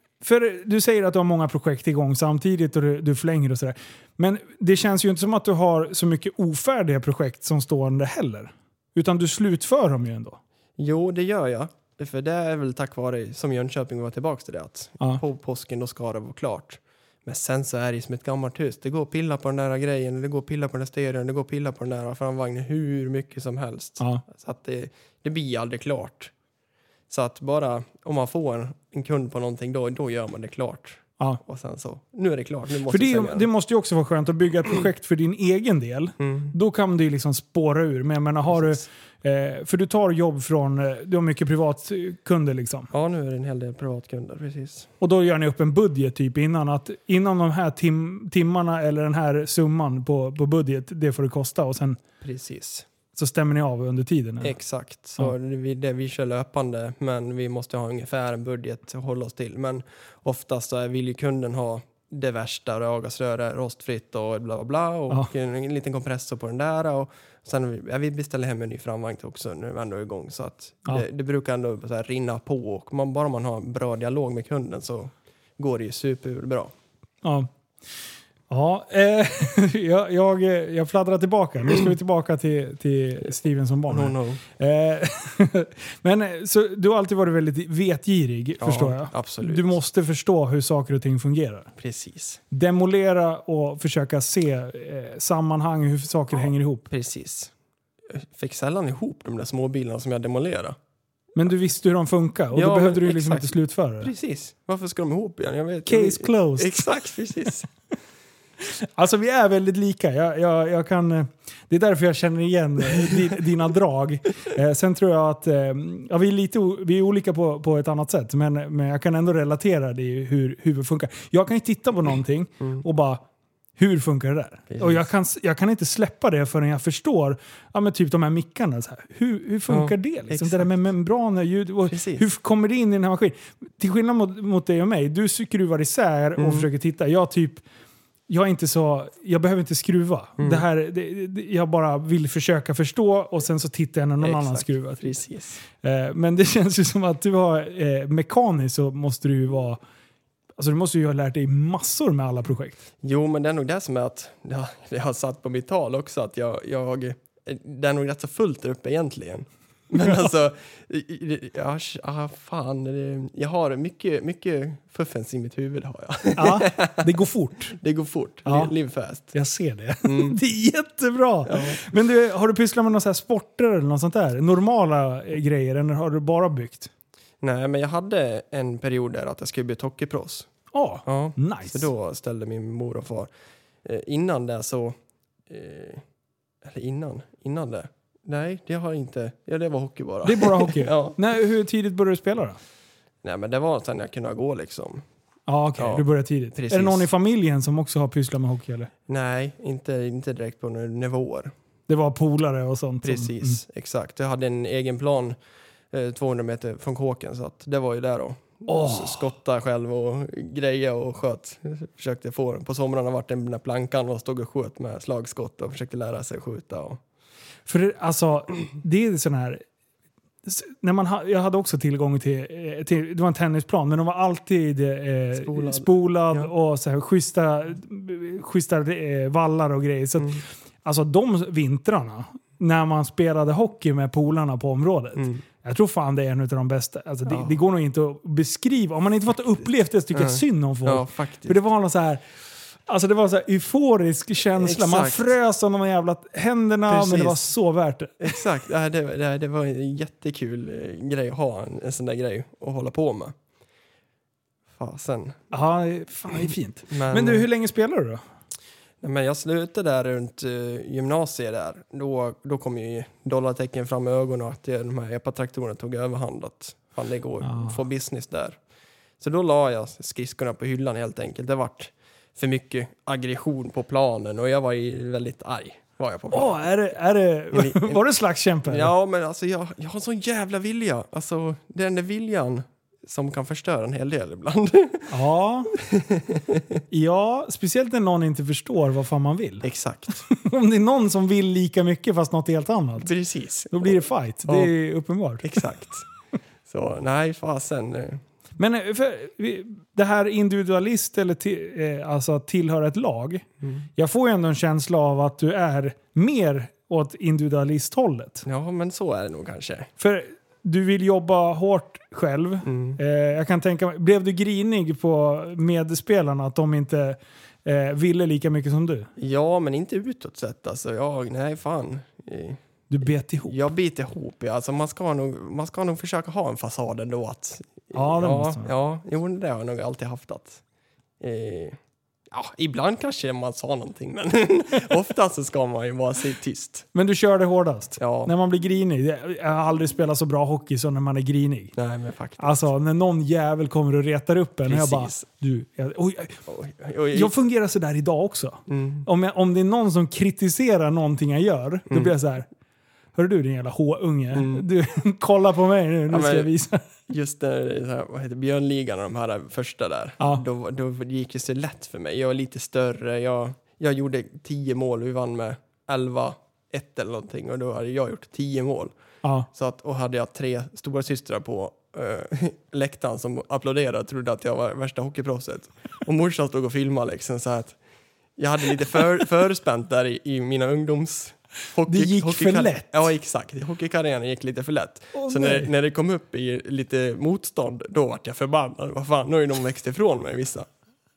för du säger att du har många projekt igång samtidigt och du, du förlänger och sådär. Men det känns ju inte som att du har så mycket ofärdiga projekt som stående heller. Utan du slutför dem ju ändå. Jo, det gör jag. För det är väl tack vare, som Jönköping var tillbaka till det, att Ja. på påsken då ska det vara klart. Men sen så är det som ett gammalt hus. Det går att pilla på den där grejen, det går att pilla på den där stereon, det går att pilla på den där framvagnen hur mycket som helst. Ja. Så att det, det blir aldrig klart. Så att bara om man får en, en kund på någonting, då, då gör man det klart. Ja. Och sen så, nu är det klart, nu måste För vi det, sälja det den. måste ju också vara skönt att bygga ett projekt för din egen del. Mm. Då kan du ju liksom spåra ur. Men jag menar, har du, Precis. eh, för du tar jobb från, eh, du har mycket privatkunder liksom. Ja, nu är det en hel del privatkunder, precis. Och då gör ni upp en budget typ innan att inom de här tim- timmarna eller den här summan på, på budget, det får det kosta. Och sen Precis. så stämmer ni av under tiden. Eller? Exakt, så Ja. det, vi, det vi kör löpande, men vi måste ha ungefär en budget att hålla oss till. Men oftast så vill ju kunden ha det värsta, avgasrör, rostfritt och bla bla bla, och Ja. en, en liten kompressor på den där, och sen ja, vi beställer hem en ny framvagn också nu är vi ändå igång, så att Ja. det, det brukar ändå så här rinna på, och man, bara man har en bra dialog med kunden så går det ju superbra. Ja. Ja, eh, jag, jag, jag fladdrar tillbaka. Nu ska vi tillbaka till, till Steven som barn. No, här. no. Eh, Men eh, så du har alltid varit väldigt vetgirig, Ja, förstår jag. absolut. Du måste förstå hur saker och ting fungerar. Precis. Demolera och försöka se eh, sammanhang, hur saker Ja. hänger ihop. Precis. Jag fick sällan ihop de där små bilarna som jag demolerade. Men du visste hur de funkar och Ja, då behövde men du liksom exakt. inte slutföra det. Precis. Varför ska de ihop igen? Jag vet. Case closed. Exakt, precis. Alltså vi är väldigt lika. Jag, jag, jag kan, eh, det är därför jag känner igen eh, di- dina drag. Eh, sen tror jag att eh, ja, vi, är lite, o- vi är olika på, på ett annat sätt. Men, men jag kan ändå relatera det i hur huvudet funkar. Jag kan ju titta på någonting och bara, hur funkar det där? Precis. Och jag kan, jag kan inte släppa det förrän jag förstår ja, men typ de här mickarna. Så här. Hur, hur funkar Ja, det? Liksom? exakt. Det där med membraner, ljud. Och Precis. hur kommer det in i den här maskinen? Till skillnad mot, mot dig och mig. Du skruvar isär och Mm. försöker titta. Jag typ... Jag är inte så, jag behöver inte skruva. Mm. Det här, det, det, jag bara vill försöka förstå och sen så tittar jag när någon Exakt, annan skruvar. Precis. Eh, men det känns ju som att du har eh, mekaniskt så måste du ju vara, alltså du måste ju ha lärt dig massor med alla projekt. Jo, men det är nog det som är att ja, det har satt på mitt tal också, att jag, jag det är nog rätt så fullt där uppe egentligen. Men alltså, ja, ah, fan, det, jag har mycket, mycket fuffens i mitt huvud har jag. Ja, det går fort. Det går fort, Ja. live fast. Jag ser det. Mm. Det är jättebra. Ja. Men du, har du pysslat med några så här sporter eller något sånt där? Normala eh, grejer eller har du bara byggt? Nej, men jag hade en period där att jag skulle bli hockeyproffs. Ja, Ja. nice. Så då ställde min mor och far. Eh, innan det så... Eh, eller innan? Innan det? Nej, det har inte... Ja, det var hockey bara. Det är bara hockey? Ja. Nej, hur tidigt började du spela då? Nej, men det var sen jag kunde gå liksom. Ja, okej. Ja, Du började tidigt. precis. Är det någon i familjen som också har pysslat med hockey eller? Nej, inte, inte direkt på några nivåer. Det var polare och sånt. Precis, Som, exakt. Jag hade en egen plan eh, tvåhundra meter från kåken, så att det var ju där då. Åh. Så skotta själv och greja och sköt. Försökte få den. På somrarna vart den där plankan och stod och sköt med slagskott och försökte lära sig skjuta. Och... mm. För det, alltså, det är sån här... s- När man ha, jag hade också tillgång till, eh, till... Det var en tennisplan, men de var alltid eh, Spolad. spolad Ja. och så här, schyssta, schyssta eh, vallar och grejer. Så att, Mm. alltså de vintrarna, när man spelade hockey med polarna på området. Mm. Jag tror fan det är en av de bästa. Alltså, det, Ja. det går nog inte att beskriva. Om man inte fått upplevt det så tycker jag Nej. synd om folk. Ja, faktiskt. För det var något så här... Alltså det var så här euforisk känsla. Man Exakt. frös om de jävla händerna, Precis. men det var så värt det. Exakt, det, det, det var en jättekul eh, grej att ha en, en sån där grej att hålla på med. Fasen. Ja, fan det är fint. Men, Men du, hur länge spelar du då? Nej, men jag slutade där runt uh, gymnasiet där. Då, då kom ju dollartecken fram i ögonen att det, de här epatraktorerna tog överhand. Att fan, det går Ah. att få business där. Så då la jag skridskorna på hyllan helt enkelt. Det vart för mycket aggression på planen och jag var ju väldigt arg. Var jag på planen. Åh, är det, är det, var du slagskämpe? eller? Ja, men alltså jag, jag har en sån jävla vilja. Alltså, det är den där viljan som kan förstöra en hel del ibland. Ja. Ja, speciellt när någon inte förstår vad fan man vill. Exakt. Om det är någon som vill lika mycket fast något helt annat, Precis. då blir det fight. Det är uppenbart. Exakt. Så, nej, fasen. eh, Men eh, för, vi- det här individualist eller till, eh, alltså att tillhöra ett lag. Mm. Jag får ju ändå en känsla av att du är mer åt individualisthållet. Ja, men så är det nog kanske. För du vill jobba hårt själv. Mm. Eh, jag kan tänka mig, blev du grinig på medspelarna att de inte eh, ville lika mycket som du? Ja, men inte utåt sett. Alltså, jag, nej, fan. Eh, Du bet ihop. Jag biter ihop. Ja. Alltså, man, ska nog, man ska nog försöka ha en fasad ändå. Att, Ja, det ja, måste man. ja, jo, det har jag nog alltid haft. Att, eh, ja, ibland kanske man sa någonting, men oftast så ska man ju vara sig tyst. Men du körde hårdast. Ja. När man blir grinig. Jag har aldrig spelat så bra hockey som när man är grinig. Nej, men faktiskt. Alltså när någon jävel kommer och retar upp en. Och jag bara, Precis. du, jag, oj, Oj, oj, oj. jag fungerar så där idag också. Mm. Om, jag, om det är någon som kritiserar någonting jag gör, då Mm. blir jag så här. Hör du din jävla H-unge? Mm. Du, kolla på mig nu, nu Ja, ska men- jag visa. Just det, så här, vad heter Björnligan och de här första där. Ja. Då, då gick det så lätt för mig. Jag var lite större. Jag, jag gjorde tio mål. Vi vann med elva ett eller någonting. Och då hade jag gjort tio mål. Ja. Så att, och hade jag tre stora systrar på äh, läktaren som applåderade och trodde att jag var värsta hockeyproffset. Och morsan stod och filmade liksom, så att jag hade lite för, förspänt där i, i mina ungdoms... Hockey, Det gick för hockeykar- lätt. Ja, exakt. Hockeykarriären gick lite för lätt. Åh, så nej. när, när det kom upp i lite motstånd, då var jag förbannad. Vad fan, nu har ju de växt ifrån mig, vissa.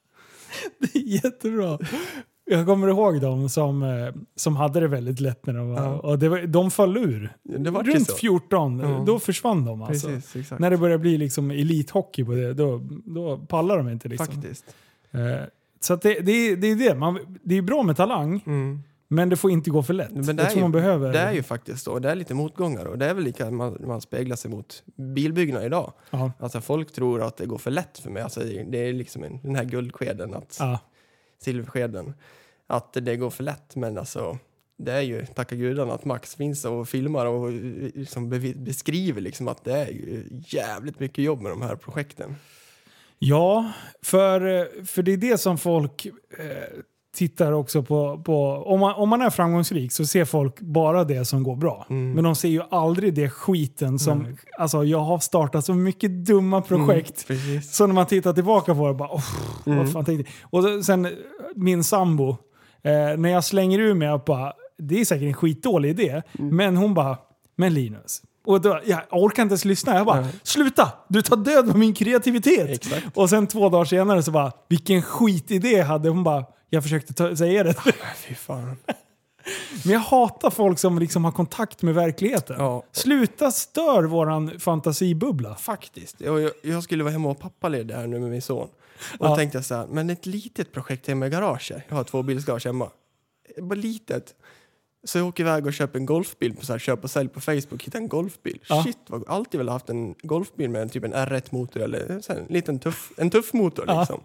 Det är jättebra. Jag kommer ihåg dem som, eh, som hade det väldigt lätt när de var... Ja. Och det var, de föll ur. Det var ju Runt så. fjorton, Ja. då försvann de alltså. Precis, exakt. När det börjar bli liksom elithockey på det, då, då pallar de inte liksom. Faktiskt. Eh, så att det, det, är, det är det. Man, det är bra med talang, Mm. men det får inte gå för lätt. Men det jag är tror ju- man behöver... Det är ju faktiskt så. Det är lite motgångar. Och det är väl lika man, man speglar sig mot bilbyggnader idag. Ja. Alltså folk tror att det går för lätt för mig. Alltså det, det är liksom en, den här guldskeden, att, Ja. silverskeden. Att det går för lätt. Men alltså, det är ju, tacka gudarna, att Max finns och filmar och liksom bevi- beskriver liksom att det är ju jävligt mycket jobb med de här projekten. Ja, för, för det är det som folk eh, tittar också på. på om, man, om man är framgångsrik så ser folk bara det som går bra. Mm. Men de ser ju aldrig det skiten som... Nej. Alltså jag har startat så mycket dumma projekt. Mm, precis. Så när man tittar tillbaka på det bara... Oh, Mm. vad fan tänkte jag? Och så- sen min sambo, eh, när jag slänger ur mig, jag bara, det är säkert en skitdålig idé. Mm. Men hon bara, men Linus. Och då, jag orkar inte ens lyssna. Jag bara, Nej. sluta! Du tar död på min kreativitet. Exakt. Och sen två dagar senare så bara, vilken skitidé hade hon bara, jag försökte ta, säga det. Fy fan. Men jag hatar folk som liksom har kontakt med verkligheten. Ja. Sluta stör våran fantasibubbla. Faktiskt. Jag, jag, jag skulle vara hemma och pappaledig här nu med min son. Och Ja. då tänkte jag så här, men ett litet projekt hemma i garaget. Jag har två bilsgarage hemma. Bara litet. Så jag åker iväg och köper en golfbil på så här, köp och sälj på Facebook. Hitta en golfbil. Ja. Shit, vad alltid väl haft en golfbil med en typ en R ett motor eller så här, en liten tuff, en tuff motor Ja. liksom.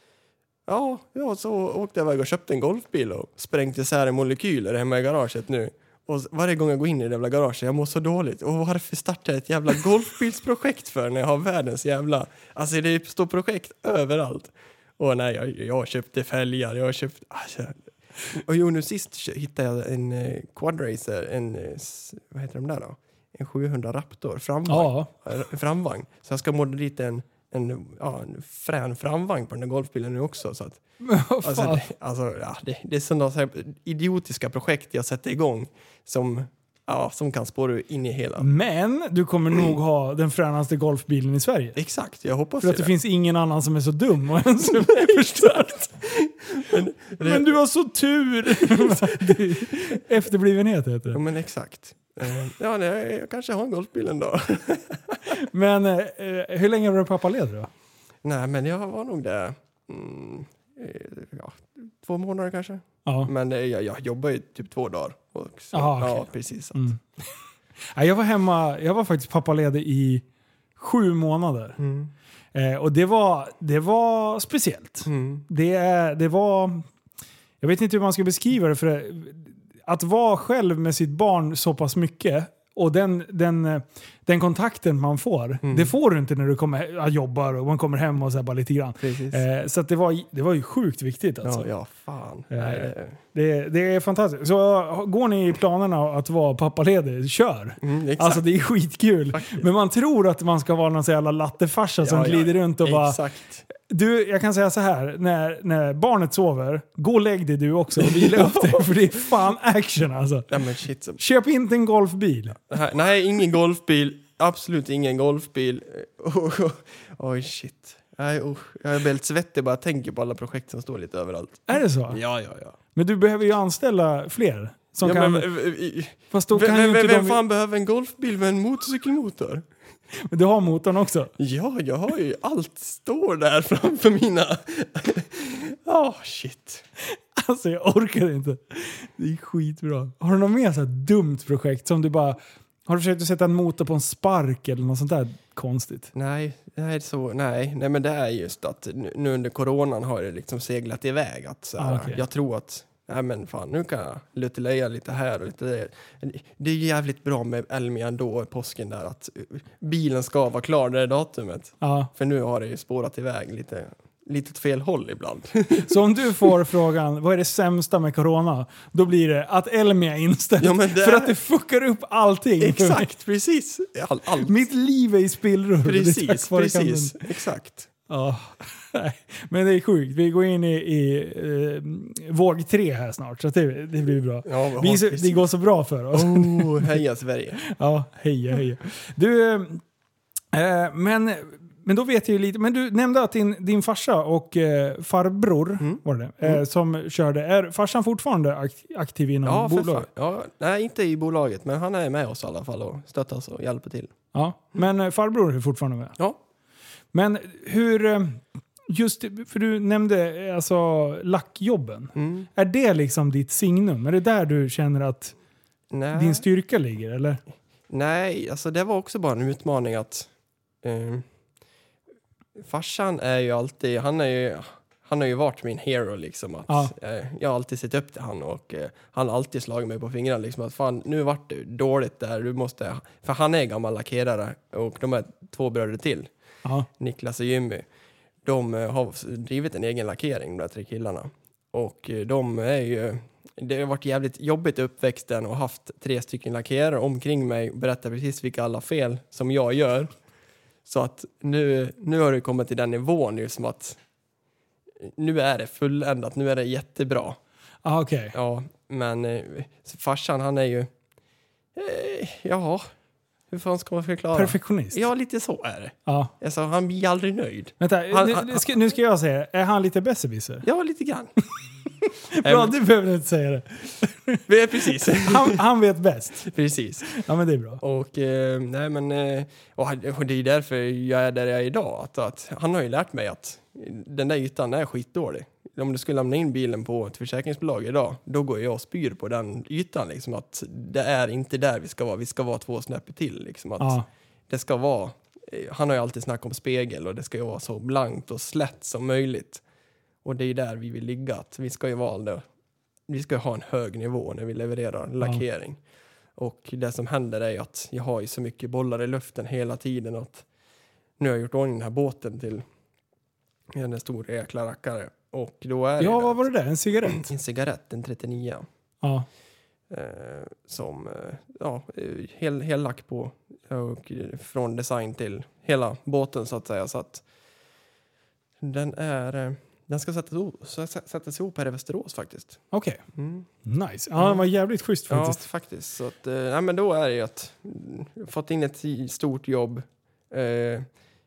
Ja, ja, så åkte jag iväg och köpte en golfbil och sprängde isär molekyler hemma i garaget nu. Och varje gång jag går in i det jävla garaget, jag mår så dåligt. Och varför startar jag ett jävla golfbilsprojekt för när jag har världens jävla... Alltså det står projekt överallt. Och nej, jag, jag köpte fälgar, jag har köpt... Alltså, och jo, nu sist hittade jag en eh, quadracer, en... Eh, s- vad heter de där då? En sjuhundra Raptor, framvagn. Ja. Eh, framvagn. Så jag ska modda dit en, en, ja, en frän framvagn på den där golfbilen nu också. Så att, Men vad alltså, fan. det, alltså, ja, det, det är sådana så här idiotiska projekt jag sätter igång som Ja, som kan spåra in i hela. Men du kommer nog ha den fränaste golfbilen i Sverige. Exakt, jag hoppas För att det, det finns ingen annan som är så dum och ens förstört. men, men du har så tur! Efterblivenhet heter det. Ja, men exakt. Uh, ja, nej, jag kanske har en golfbil en dag. Men uh, hur länge var du pappaledig då? Nej, men jag var nog där mm, ja, två månader kanske. Ja. Men uh, jag, jag jobbar ju typ två dagar. Och så, Aha, okay. Ja, precis. Mm. Jag var hemma, jag var faktiskt pappaledig i sju månader. Mm. Eh, och det var, det var speciellt. Mm. Det, det var, jag vet inte hur man ska beskriva det, för det, att vara själv med sitt barn så pass mycket och den, den, den kontakten man får, mm. det får du inte när du kommer, jag jobbar och man kommer hem och så här bara lite grann. Eh, så att det, var, det var ju sjukt viktigt. Alltså. Ja, ja, fan. Eh, Nej, det, det är fantastiskt. Så går ni i planerna att vara pappaledig, kör. Mm, alltså det är skitkul. Faktiskt. Men man tror att man ska vara någon så jävla lattefarsa ja, som glider ja, runt och bara... Exakt. Du, jag kan säga så här, när, när barnet sover, gå och lägg dig du också och vila upp dig, för det är fan action alltså. Ja, men shit. Köp inte en golfbil. Nej, ingen golfbil. Absolut ingen golfbil. Oj, oh, shit. Nej, oh, jag är väldigt svettig bara tänker på alla projekt som står lite överallt. Är det så? Ja, ja, ja. Men du behöver ju anställa fler. Som ja, kan, men, fast då kan vem, ju inte vem de... fan behöver en golfbil med en motorcykelmotor? Men du har motorn också? Ja, jag har ju allt står där framför mina... Ja, oh, shit. Alltså jag orkar inte. Det är skitbra. Har du något mer så här dumt projekt som du bara... Har du försökt att sätta en motor på en spark eller något sånt där konstigt? Nej, nej, så, nej, nej men det är just att nu under coronan har det liksom seglat iväg. Att så här, ah, okay. Jag tror att... Nej men fan, nu kan jag luteleja lite här och lite där. Det är jävligt bra med Elmia ändå i påsken där att bilen ska vara klar det datumet. Ja. För nu har det ju spårat iväg lite, lite åt fel håll ibland. Så om du får frågan, vad är det sämsta med corona? Då blir det att Elmia är inställd. Ja, men det för är... att det fuckar upp allting. Exakt, precis. All, allt. Mitt liv är i spillror. Precis, precis. Kan... Exakt. Ja, men det är sjukt. Vi går in i, i eh, våg tre här snart, så det, det blir bra. Ja, vi, så, det går så bra för oss. Oh, heja Sverige. Ja, heja, heja. Du, eh, men, men då vet jag ju lite, men du nämnde att din, din farsa och eh, farbror, mm. var det, eh, mm. som körde, är farsan fortfarande ak- aktiv inom ja, bolaget? Ja, nej, inte i bolaget, men han är med oss i alla fall och stöttar oss och hjälper till. Ja, men eh, farbror är fortfarande med? Ja. Men hur, just för du nämnde alltså lackjobben. Mm. Är det liksom ditt signum? Är det där du känner att Nej. din styrka ligger, eller? Nej, alltså det var också bara en utmaning att eh, farsan är ju alltid, han är ju, han har ju varit min hero liksom. Att, ja. eh, jag har alltid sett upp till han och eh, han har alltid slagit mig på fingrarna liksom att fan, nu vart det dåligt där, du måste, för han är gammal lackerare och de är två bröder till. Aha. Niklas och Jimmy. De uh, har drivit en egen lackering, de där tre killarna. Och uh, de är ju... Det har varit jävligt jobbigt uppväxten och haft tre stycken lackerare omkring mig och berättar precis vilka alla fel som jag gör. Så att nu, nu har det kommit till den nivån ju som att nu är det fulländat, nu är det jättebra. Ah, okej. Okay. Ja, men uh, farsan han är ju... Uh, ja... Hur fan ska man förklara? Perfektionist. Ja, lite så är det. Ja. Alltså, han blir aldrig nöjd. Vänta, han, nu, han, ska, nu ska jag säga, är han lite besserwisser? Ja, lite grann. Bra, du behöver inte säga det. Det är precis. han, han vet bäst. Precis. Ja, men det är bra. Och, eh, nej, men, eh, och det är därför jag är där jag är idag. Att, att han har ju lärt mig att den där ytan är skitdålig. Om du skulle lämna in bilen på ett försäkringsbolag idag, då går jag och spyr på den ytan. Liksom, att det är inte där vi ska vara. Vi ska vara två snäpp till. Liksom, att ja. det ska vara, han har ju alltid snackat om spegel och det ska ju vara så blankt och slätt som möjligt. Och det är där vi vill ligga. Att vi ska ju vara det. Vi ska ha en hög nivå när vi levererar lackering. Ja. Och det som händer är att jag har ju så mycket bollar i luften hela tiden. Att nu har jag gjort ordning den här båten till en stor jäkla rackare. Och då är ja, det vad var det där? En cigarett? En cigarett, en trettionio. Ja. Eh, som, eh, ja, hel, hel lack på. Och från design till hela båten så att säga. Så att den är, Den ska sättas ihop, sättas ihop här i Västerås faktiskt. Okej. Okay. Mm. Nice. Ja, det var jävligt schysst faktiskt. Ja, faktiskt. Så att, eh, nej, men då är det ju att mm, fått in ett stort jobb. Eh,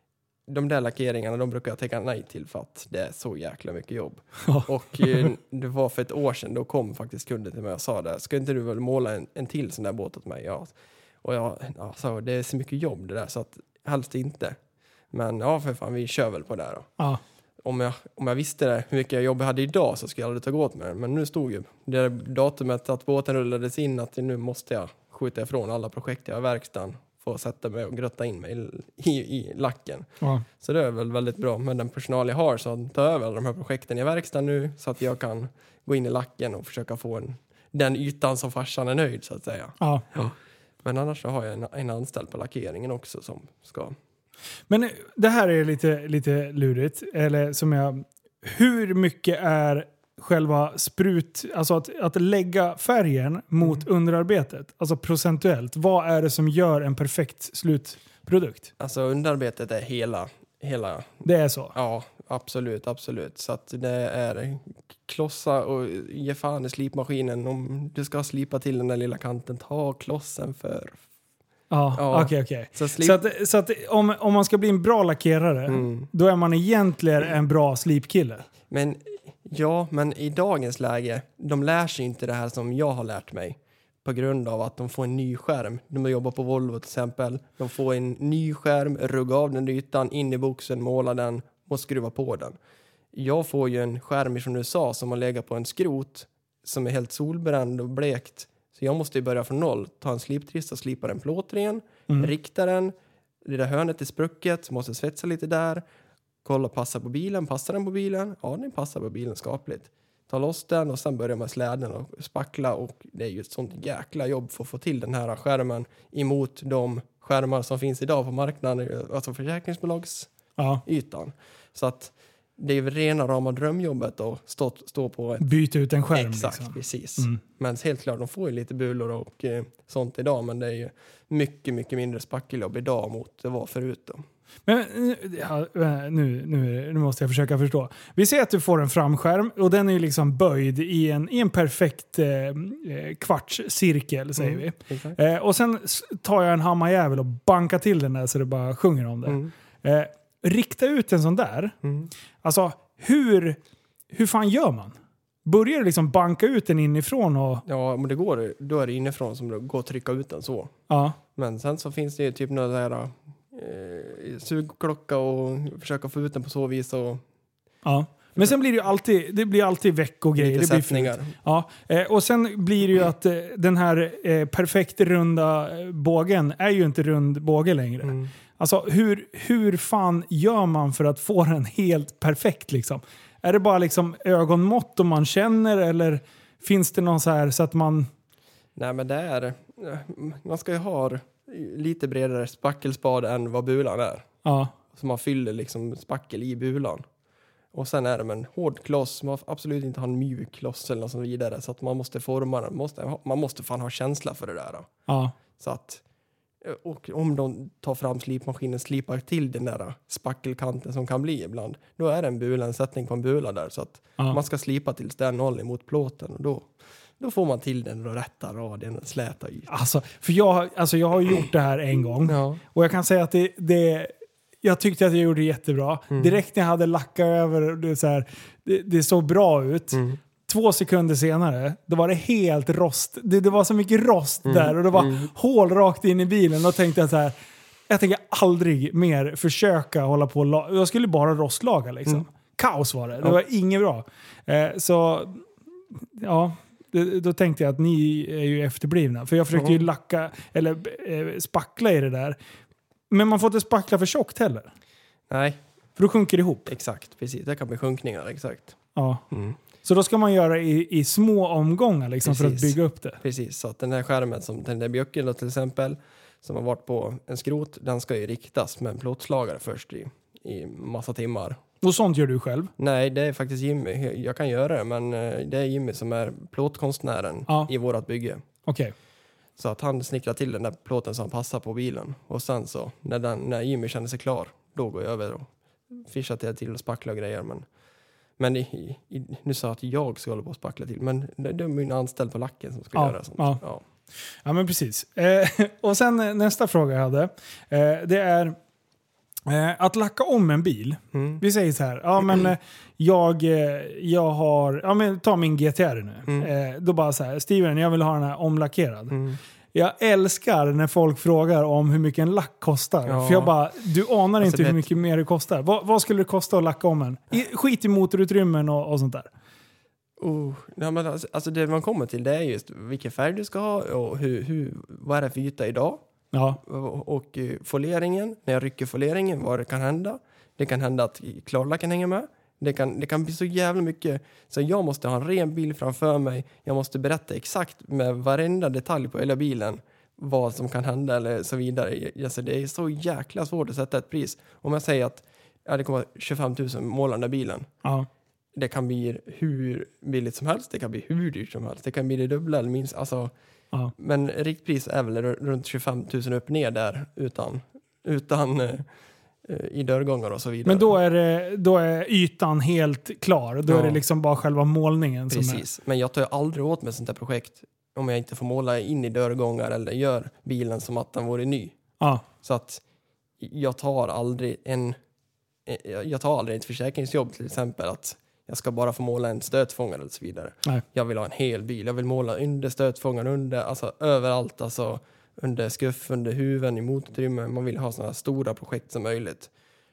de där lackeringarna, de brukar jag tänka nej till för att det är så jäkla mycket jobb. Och eh, det var för ett år sedan, då kom faktiskt kunden till mig och sa det. Ska inte du väl måla en, en till sån där båt åt mig? Ja. Och jag ja, sa, det är så mycket jobb det där så att helst inte. Men ja, för fan, vi kör väl på det då. Ja. Om jag, om jag visste det, hur mycket jobb jag hade idag så skulle jag aldrig ta åt mig. Men nu stod ju det datumet att båten rullades in att nu måste jag skjuta ifrån alla projekt jag har i verkstaden. Få sätta mig och grötta in mig i, i, i lacken. Ja. Så det är väl väldigt bra med den personal jag har så ta över alla de här projekten i verkstaden nu så att jag kan gå in i lacken och försöka få en, den ytan som farsan är nöjd så att säga. Ja. Ja. Men annars så har jag en, en anställd på lackeringen också som ska... Men det här är lite, lite lurigt. Eller som jag... Hur mycket är själva sprut... Alltså att, att lägga färgen mot mm. underarbetet? Alltså procentuellt. Vad är det som gör en perfekt slutprodukt? Alltså underarbetet är hela... hela det är så? Ja, absolut, absolut. Så att det är klossa och ge fan i slipmaskinen. Om du ska slipa till den där lilla kanten, ta klossen för... Ja, okej, okej. Okay, okay. Så, slip... så, att, så att om, om man ska bli en bra lackerare, mm. då är man egentligen en bra slipkille. Men ja, men i dagens läge, de lär sig inte det här som jag har lärt mig. På grund av att de får en ny skärm. De jobbar på Volvo till exempel. De får en ny skärm, rugga av den ytan, in i boxen, måla den och skruva på den. Jag får ju en skärm från U S A som har legat på en skrot som är helt solbränd och blekt. Så jag måste ju börja från noll. Ta en sliptrist och slipa den plåtren. Mm. Rikta den. Det där hörnet är sprucket. Måste svetsa lite där. Kolla, passa på bilen. Passar den på bilen? Ja, den passar på bilen skapligt. Ta loss den och sen börja med släden och spackla. Och det är ju ett sånt jäkla jobb för att få till den här skärmen emot de skärmar som finns idag på marknaden. Alltså försäkringsbolags ja. ytan. Så att det är väl rena rama drömjobbet att stå, stå på ett... Byta ut en skärm. Exakt, liksom. precis. Mm. Men helt klart, de får ju lite bulor och eh, sånt idag. Men det är ju mycket, mycket mindre spackeljobb idag mot det var förut då. Men ja, nu, nu, nu måste jag försöka förstå. Vi ser att du får en framskärm och den är ju liksom böjd i en, i en perfekt eh, kvartscirkel, säger mm, vi. Eh, och sen tar jag en hammarjävel och bankar till den där så det bara sjunger om det. Mm. Eh, rikta ut en sån där. Mm. Alltså, hur, hur fan gör man? Börjar du liksom banka ut den inifrån? Och... Ja, men det går. Då är det inifrån som det går att trycka ut den så. Ja. Men sen så finns det ju typ några där eh, sugklocka och försöka få ut den på så vis. Och... Ja. Men sen blir det ju alltid, det blir alltid veck och grejer. Lite det blir sättningar. Ja. Eh, och sen blir det ju att eh, den här eh, perfekt runda bågen är ju inte rund båge längre. Mm. Alltså hur, hur fan gör man för att få den helt perfekt liksom? Är det bara liksom ögonmått om man känner eller finns det någon så här så att man... Nej men det är... Man ska ju ha lite bredare spackelspad än vad bulan är. Ja. Så man fyller liksom spackel i bulan. Och sen är det en hård kloss. Man absolut inte ha en mjuk kloss eller något så vidare. Så att man måste forma den. Man måste, man måste fan ha känsla för det där. Då. Ja. Så att... Och om de tar fram slipmaskinen slipar till den där spackelkanten som kan bli ibland. Då är det en bula, en sättning på en bula där. Så att ja. man ska slipa tills det är noll emot plåten. Och då, då får man till den och rätta raden och släta ytan. Alltså, för jag, alltså jag har gjort det här en gång. Ja. Och jag kan säga att det... det jag tyckte att jag gjorde det jättebra. Mm. Direkt när jag hade lackat över det, så här, det, det såg bra ut. Mm. Två sekunder senare, då var det helt rost. Det, det var så mycket rost mm. där och det var mm. hål rakt in i bilen. Då tänkte jag så här, jag tänker aldrig mer försöka hålla på och la- jag skulle bara rostlaga liksom. Mm. Kaos var det. Det ja. var inget bra. Eh, så ja, det, då tänkte jag att ni är ju efterblivna. För jag försökte mm. ju lacka, eller eh, spackla i det där. Men man får inte spackla för tjockt heller. Nej. För då sjunker det ihop. Exakt, precis. Det kan bli sjunkningar, exakt. Ja. Mm. Så då ska man göra i, i små omgångar liksom, för att bygga upp det. Precis, så att den här skärmen, som den där bjöcken till exempel, som har varit på en skrot, den ska ju riktas med en plåtslagare först i, i massa timmar. Och sånt gör du själv? Nej, det är faktiskt Jimmy. Jag kan göra det, men det är Jimmy som är plåtkonstnären ja. i vårat bygge. Okej. Okay. Så att han snickrar till den där plåten som passar på bilen. Och sen så, när, den, när Jimmy känner sig klar, då går jag över och fischar till, till och spacklar och grejer. Men, Men i, i, nu sa jag att jag ska hålla på att spackla till. Men det, det är min anställd på lacken som ska ja, göra sånt. Ja. Ja. ja, men precis. Eh, och sen nästa fråga jag hade. Eh, det är eh, att lacka om en bil. Mm. Vi säger så här. Ja, men eh, jag, eh, jag har... Ja, men ta min G T R nu. Mm. Eh, då bara så här. Steven, jag vill ha den här omlackerad. Mm. Jag älskar när folk frågar om hur mycket en lack kostar. Ja. För jag bara, du anar Alltså, inte hur det- mycket mer det kostar. Vad, vad skulle det kosta att lacka om en? I, skit i motorutrymmen och, och sånt där. Oh, ja, men alltså, alltså det man kommer till det är just vilken färg du ska ha och hur, hur, vad är det för yta idag. Ja, Och, och eh, foleringen, när jag rycker foleringen, vad det kan hända. Det kan hända att klarlacken hänger med. Det kan, det kan bli så jävla mycket. Så jag måste ha en ren bil framför mig. Jag måste berätta exakt med varenda detalj på hela bilen vad som kan hända eller så vidare. Alltså det är så jäkla svårt att sätta ett pris. Om jag säger att ja, det kommer tjugofem tusen måla den där bilen. ja. Det kan bli hur billigt som helst. Det kan bli hur dyrt som helst. Det kan bli det dubbla eller minst. Alltså, ja. men riktpris är väl r- runt tjugofem tusen upp ner där utan, utan eh, i dörrgångar och så vidare. Men då är, det, då är ytan helt klar. Då Ja. är det liksom bara själva målningen som är... Precis, men jag tar ju aldrig åt mig sånt här projekt om jag inte får måla in i dörrgångar eller gör bilen som att den vore ny. Ja, Så att jag tar aldrig en jag tar aldrig ett försäkringsjobb till exempel att jag ska bara få måla en stötfångare och så vidare. nej. Jag vill ha en hel bil. Jag vill måla under stötfångaren, under, alltså överallt, alltså under skuff, under huven, i motorutrymme. Man vill ha sådana stora projekt som möjligt.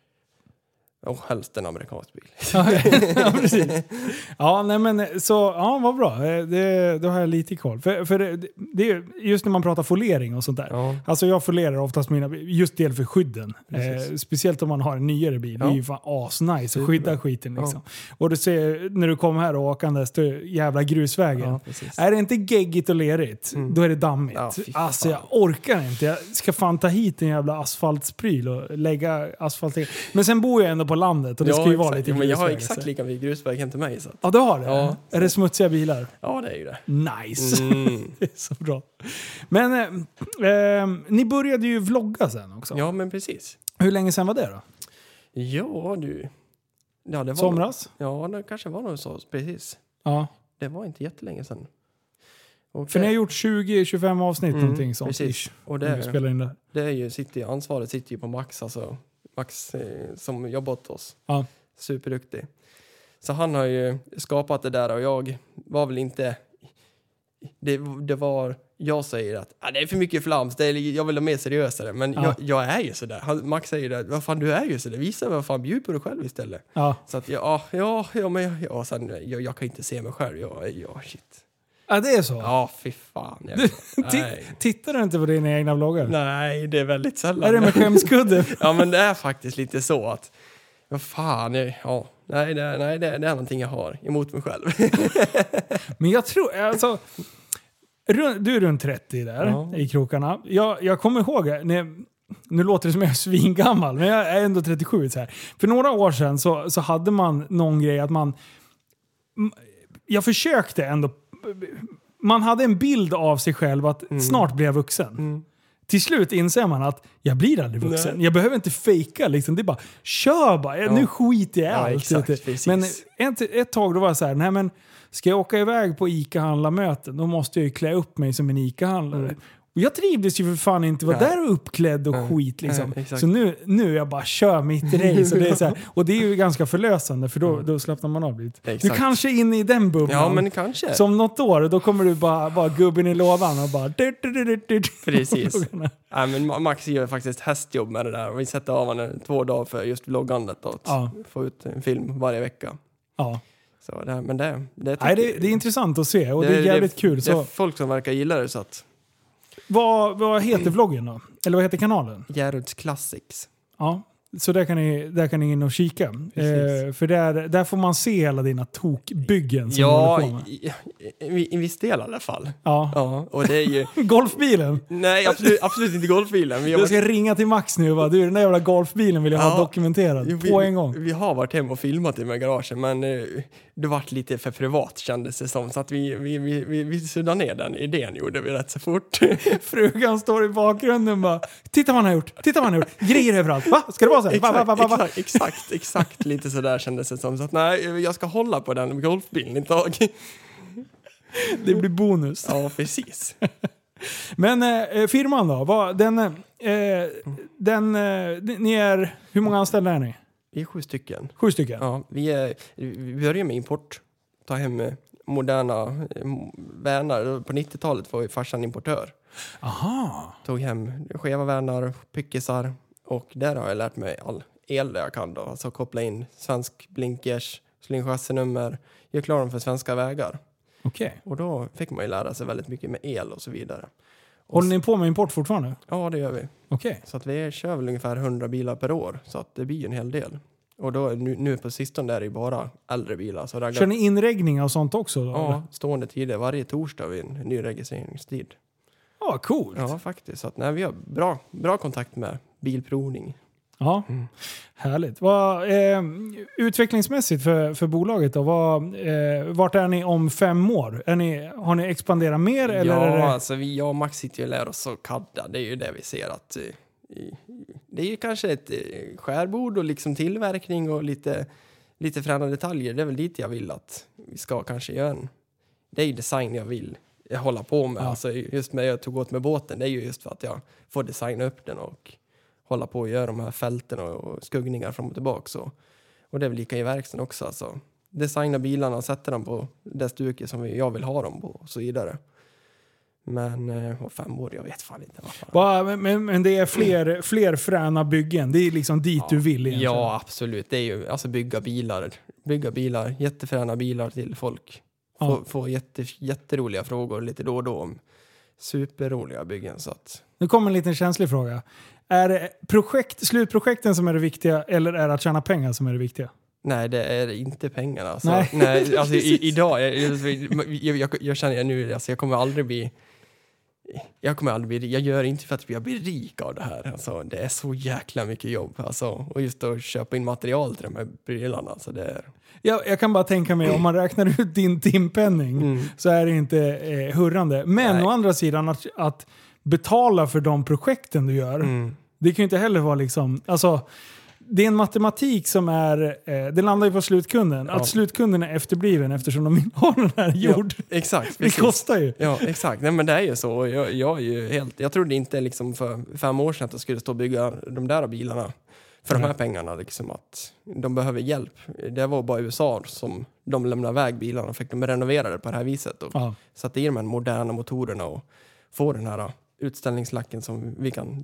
Och helst en amerikansk bil. Ja, precis. Ja, nej men så, ja, vad bra. Det, då har jag lite koll. För, för det, det är just när man pratar folering och sånt där. Ja. Alltså jag folerar oftast mina, just del för skydden. Eh, speciellt om man har en nyare bil. Ja. Det är ju fan asnice att skydda skiten liksom. Ja. Och du ser, när du kommer här och åkandes till jävla grusvägen. Ja, precis. Är det inte geggigt och lerigt, Mm. då är det dammigt. Ja, fy fan. Alltså jag orkar inte. Jag ska fan ta hit en jävla asfaltspryl och lägga asfalt. Men sen bor jag ändå på landet och det Ja, ska ju vara exakt. lite Jo, men jag har grusväg, exakt så. lika mycket grusväg hem till mig. Så. Ja, du har det? Ja. Är det smutsiga bilar? Ja, det är ju det. Nice! Mm. Det är så bra. Men eh, eh, ni började ju vlogga sen också. Ja, men precis. Hur länge sen var det då? Ja, du. Ja, det var Somras? Ja, det kanske var nog så. Precis. Ja. Det var inte jättelänge sedan. Och För det, ni har gjort tjugo till tjugofem avsnitt Mm, någonting sånt. precis. Ish, och om vi det, spelar in det. det är ju, sitter ju, ansvaret sitter ju på Max, alltså Max eh, som jobbat åt oss. Ja. Superduktig. Så han har ju skapat det där och jag var väl inte... Det, det var... Jag säger att ah, det är för mycket flams, det är, jag vill ha mer seriösare. Men Ja. jag, jag är ju sådär. Han, Max säger det, vad fan du är ju sådär. Visa vad fan, bjud på dig själv istället. Ja. Så att ja, ja, ja men jag, ja, sen, jag, jag kan inte se mig själv. Ja, ja shit. ja, det är så? Ja, fy fan. Jag, Ti- nej. Tittar du inte på dina egna vloggar? nej, det är väldigt sällan. Är det med skämskudde? Ja, men det är faktiskt lite så att vad fan, jag, ja, nej, det, är- nej det, det är någonting jag har emot mig själv. Men jag tror, alltså... run- Du är runt trettio där Ja. i krokarna. Jag, jag kommer ihåg, när, nu låter det som jag är svingammal, men jag är ändå trettiosju. Så här. För några år sedan så, så hade man någon grej att man... m- Jag försökte ändå... Man hade en bild av sig själv att snart blir jag vuxen. Mm. Till slut inser man att jag blir aldrig vuxen. Nej. Jag behöver inte fejka. Liksom. Det är bara, kör bara. Ja. Nu skiter jag i Ja, allt. exakt, vet du. precis. Men ett, ett tag då var jag så här, nej men ska jag åka iväg på ICA-handlarmöten, då måste jag ju klä upp mig som en ICA-handlare. Mm. Och jag trivdes ju för fan inte vara Nej. där och uppklädd och Nej. skit liksom. Nej, exakt. Så nu, nu är jag bara kör mitt race. Och det är, så här, och det är ju ganska förlösande för då, då slappnar man av lite. Du Exakt. kanske är inne i den bubblan. Ja, men kanske. Som något år, då kommer du bara vara gubben i lådan och bara... Precis. Ja, men Ma- Max gör faktiskt hästjobb med det där. Och vi sätter av honom två dagar för just vloggandet och att Ja. få ut en film varje vecka. Ja. Så det, men det, det, Nej, det, det är intressant att se och det, är jävligt kul. Det är Så, folk som verkar gilla det, så att vad, vad heter vloggen då? Eller vad heter kanalen? Järruds Classics. Ja, så där kan ni, där kan ni in och kika. Eh, för där, där får man se hela dina tokbyggen som du Ja, håller på med. i, i, i viss del i alla fall. Ja. Ja, och det är ju... Golfbilen! Nej, absolut, absolut inte golfbilen. Vi har Jag ska ringa till Max nu och bara, du den där jävla golfbilen vill jag ha Ja. dokumenterad Jo, vi, på en gång. Vi har varit hem och filmat i med garagen, men eh, det vart lite för privat kändes det som. Så att vi, vi, vi, vi, vi suddade ner den idén, gjorde vi rätt så fort. Frugan står i bakgrunden och bara, titta vad han har gjort, titta vad han har gjort. Grejer överallt. Va? Ska det vara så här. Va, va, va, va, va. Exakt, exakt, exakt lite sådär kändes det som. Så att nej, jag ska hålla på den golfbilen ett tag. Det blir bonus. Ja, precis. Men eh, firman då? Vad, den, eh, den, eh, ni är, hur många anställda är ni? Vi är sju stycken. Sju stycken? Ja, vi, är, vi börjar med import. Ta hem moderna värnar. På nittiotalet var vi farsan importör. Aha. Tog hem skeva värnar, pickisar. Och där har jag lärt mig all el där jag kan då. Alltså koppla in svensk blinkers, slå in chassinummer, göra klar dem för svenska vägar. Okej. Okay. Och då fick man ju lära sig väldigt mycket med el och så vidare. Håller ni på med import fortfarande? Ja, det gör vi. Okej. Okay. Så att vi kör väl ungefär hundra bilar per år. Så att det blir en hel del. Och då nu, nu på sistone där är det bara äldre bilar. Så raggar... Kör ni inregning och sånt också? Då, ja, eller? stående tider. Varje torsdag vid en ny registreringstid. Ja, coolt. Ja, faktiskt. Så att, nej, vi har bra, bra kontakt med bilprovning. Ja, mm. Härligt. Vad, eh, utvecklingsmässigt för, för bolaget då? Vad, eh, vart är ni om fem år? Är ni, har ni expanderat mer? Eller ja, är det... alltså vi, jag och Max sitter ju och lär oss att kadda. Det är ju det vi ser att... I, det är ju kanske ett skärbord och liksom tillverkning och lite, lite fräna detaljer. Det är väl dit jag vill att vi ska kanske göra en... Det är ju design jag vill hålla på med. Ja. Alltså just med jag tog åt med båten, det är ju just för att jag får designa upp den och hålla på och göra de här fälten och, och skuggningar fram och tillbaka. Så. Och det är väl lika i verkstaden också. Alltså. Designa bilarna och sätta dem på det stuket som jag vill ha dem på och så vidare. Men och fem år, jag vet fan inte. Vad fan. Va, men, men det är fler, fler fräna byggen. Det är liksom dit ja. du vill egentligen. Ja, absolut. Det är ju alltså bygga bilar. Bygga bilar, jättefräna bilar till folk. Få, ja. få jätte, jätteroliga frågor lite då och då om superroliga byggen. Så att... Nu kommer en liten känslig fråga. Är det projekt, slutprojekten som är det viktiga eller är det att tjäna pengar som är det viktiga? Nej, det är inte pengarna. Alltså, nej. nej, alltså i, idag, jag, jag, jag, jag känner jag nu, alltså jag kommer aldrig bli, jag kommer aldrig bli, jag gör inte för att jag blir rik av det här. Alltså, det är så jäkla mycket jobb. Alltså, och just att köpa in material till de här bilarna. Alltså, det är... jag, jag kan bara tänka mig, om man räknar ut din timpenning mm. så är det inte eh, hurrande. Men nej. Å andra sidan, att, att betala för de projekten du gör, mm. det kan ju inte heller vara liksom... Alltså, det är en matematik som är... Eh, det landar ju på slutkunden. Ja. Att slutkunden är efterbliven eftersom de inte har den här jord. Ja, exakt. Det kostar ju. Ja, exakt. Nej, men det är ju så. Jag, jag, är ju helt, jag trodde inte liksom för fem år sedan att jag skulle stå och bygga de där bilarna för mm. de här pengarna. Liksom att de behöver hjälp. Det var bara U S A som de lämnade iväg bilarna och fick dem renoverade på det här viset. Och ja. Satte i de här moderna motorerna och få den här utställningslacken som vi kan...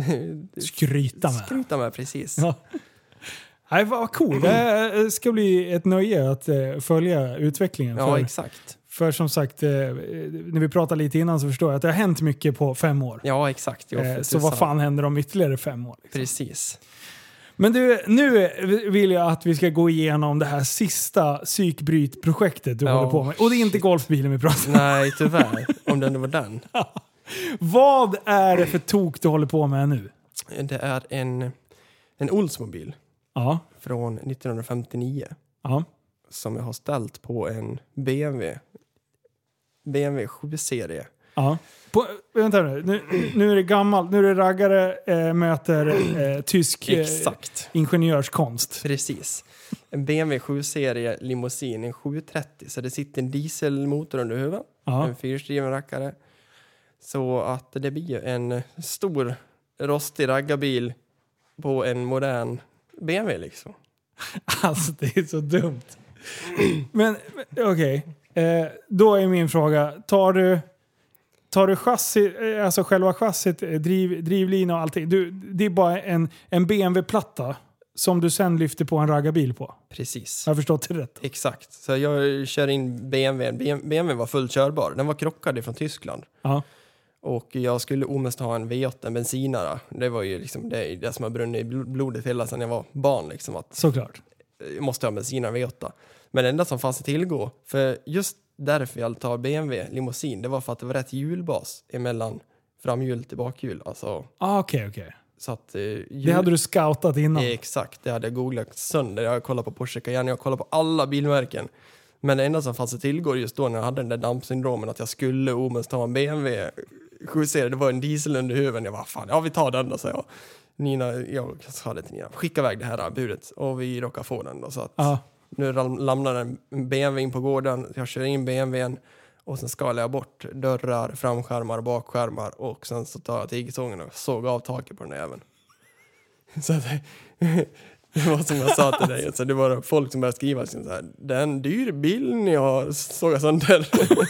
skryta med. Skryta med, precis. Ja. Nej, vad cool. Det ska bli ett nöje att följa utvecklingen. Ja, för, exakt. För som sagt, när vi pratade lite innan så förstår jag att det har hänt mycket på fem år. Ja, exakt. Jo, så vad fan händer om ytterligare fem år? Liksom? Precis. Men du, nu vill jag att vi ska gå igenom det här sista psykbrytprojektet du ja. håller på med. Och det är inte golfbilen vi pratar om. Nej, tyvärr. Om den var den. Vad är det för tok du håller på med nu? Det är en, en Oldsmobil ja. från nittonhundrafemtionio ja. som jag har ställt på en B M W B M W sju-serie. Ja. På, vänta nu. nu, nu är det gammalt, nu är det raggare äh, möter äh, tysk äh, ingenjörskonst. Precis. En B M W sju-serie limousin, en sjuhundratrettio, så det sitter en dieselmotor under huvudet, ja. En fyrhjulsdriven rackare. Så att det blir ju en stor rostig raggarbil på en modern B M W liksom. Alltså det är så dumt. Men okej, okay. eh, då är min fråga, tar du tar du chassi, alltså själva chassit, driv, drivlina och allting. Du, det är bara en, en B M W-platta som du sen lyfter på en raggarbil på. Precis. Jag har förstått det rätt. Exakt. Så jag kör in B M W. B M W var fullt körbar. Den var krockad från Tyskland. Ja. Och jag skulle omest ha en V åtta, en bensinare. Det var ju liksom det, det som har brunnit i blodet hela sedan jag var barn. Liksom, att såklart. Jag måste ha bensinare V åtta. Men det enda som fanns att tillgå, för just därför jag tar B M W limousin, det var för att det var rätt hjulbas emellan framhjul till bakhjul. Alltså, ah, okej, okay, okej. Okay. Så att, eh, hjul... Det hade du scoutat innan. Exakt, det hade jag googlat sönder. Jag har kollat på Porsche Cayenne, jag har kollat på alla bilmärken. Men det enda som fanns att tillgå just då när jag hade den där dampsyndromen att jag skulle omest ha en B M W sju-serie, det var en diesel under huven. Jag var fan, ja vi tar den då, så jag. Nina, jag sa det till Nina, skicka iväg det här budet och vi råkar få den då, så att Ja. nu lamnar en B M W in på gården, jag kör in B M W:n och sen skalar jag bort dörrar, framskärmar, bakskärmar och sen så tar jag tigersågen och såg av taket på den även. Så det, det var som jag sa till dig, så det var folk som började skriva så här, det är en dyr bil ni har sågat sönder.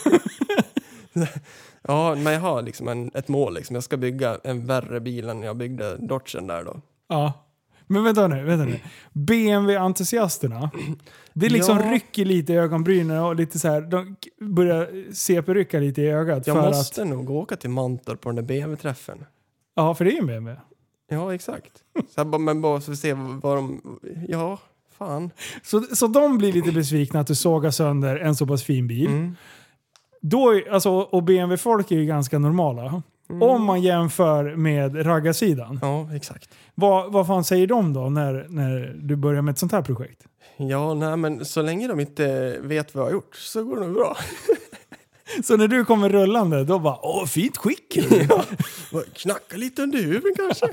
Ja, men jag har liksom en, ett mål liksom. Jag ska bygga en värre bil än jag byggde Dodgen där då. Ja. Men vänta nu, vänta nu. B M W-entusiasterna, det liksom ja. rycker lite i ögonbrynen och lite så här, de börjar C P-rycka lite i ögat. Jag för måste att... nog åka till Mantorp på den där B M W-träffen. Ja, för det är en B M W. Ja, exakt. Så jag bara, men bara för att se vad de... Ja, fan. Så, så de blir lite besvikna att du sågar sönder en så pass fin bil. Mm. Då, alltså, och B M W-folk är ju ganska normala. Mm. Om man jämför med raggarsidan. Ja, exakt. Vad, vad fan säger de då när, när du börjar med ett sånt här projekt? Ja, nej, men så länge de inte vet vad jag har gjort så går det nog bra. Så när du kommer rullande, då bara, åh, fint skick. Ja, knacka lite under huven kanske.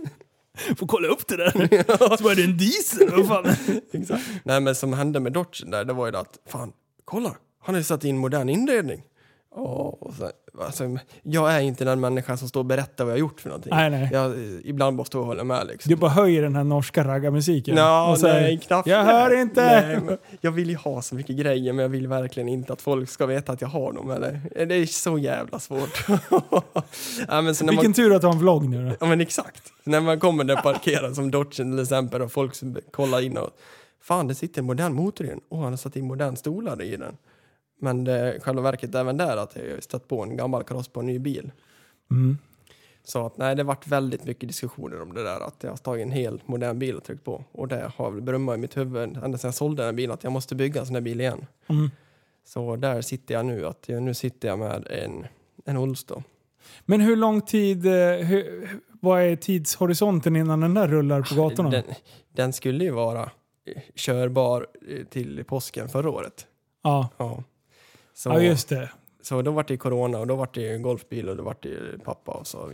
Får kolla upp det där. Ja. Så var det en diesel. Vad fan? Exakt. Nej, men som hände med Dodgen där, det var ju det att, fan, kolla, han har ju satt in modern inredning. Oh, så, alltså, jag är inte den människan som står och berättar vad jag har gjort för någonting. Nej, nej. Jag, ibland bara står och håller med. Liksom. Du bara höjer den här norska raggarmusiken. No, och säger, nej, knappt. Jag hör inte! Nej, men jag vill ju ha så mycket grejer, men jag vill verkligen inte att folk ska veta att jag har dem. Eller? Det är så jävla svårt. Ja, men så när Vilken man... tur att du har en vlogg nu då. Ja, men exakt. När man kommer där parkerad som Dodgen till exempel och folk som kollar in och fan, det sitter en modern motor i den. Åh, han har satt in modern stolar i den. Men det, själva verket även där att jag stött på en gammal kaross på en ny bil. Mm. Så att nej, det har varit väldigt mycket diskussioner om det där. Att jag har tagit en helt modern bil och tryckt på. Och det har väl berömmat i mitt huvud ända sedan jag sålde den här bilen att jag måste bygga en sån här bil igen. Mm. Så där sitter jag nu. Att jag, nu sitter jag med en, en Olds då. Men hur lång tid, hur, vad är tidshorisonten innan den där rullar på gatorna? Den, den skulle ju vara körbar till påsken förra året. Ja. Ja. Så, ja, just det. Så då var det corona och då var det golfbil och då var det pappa och så.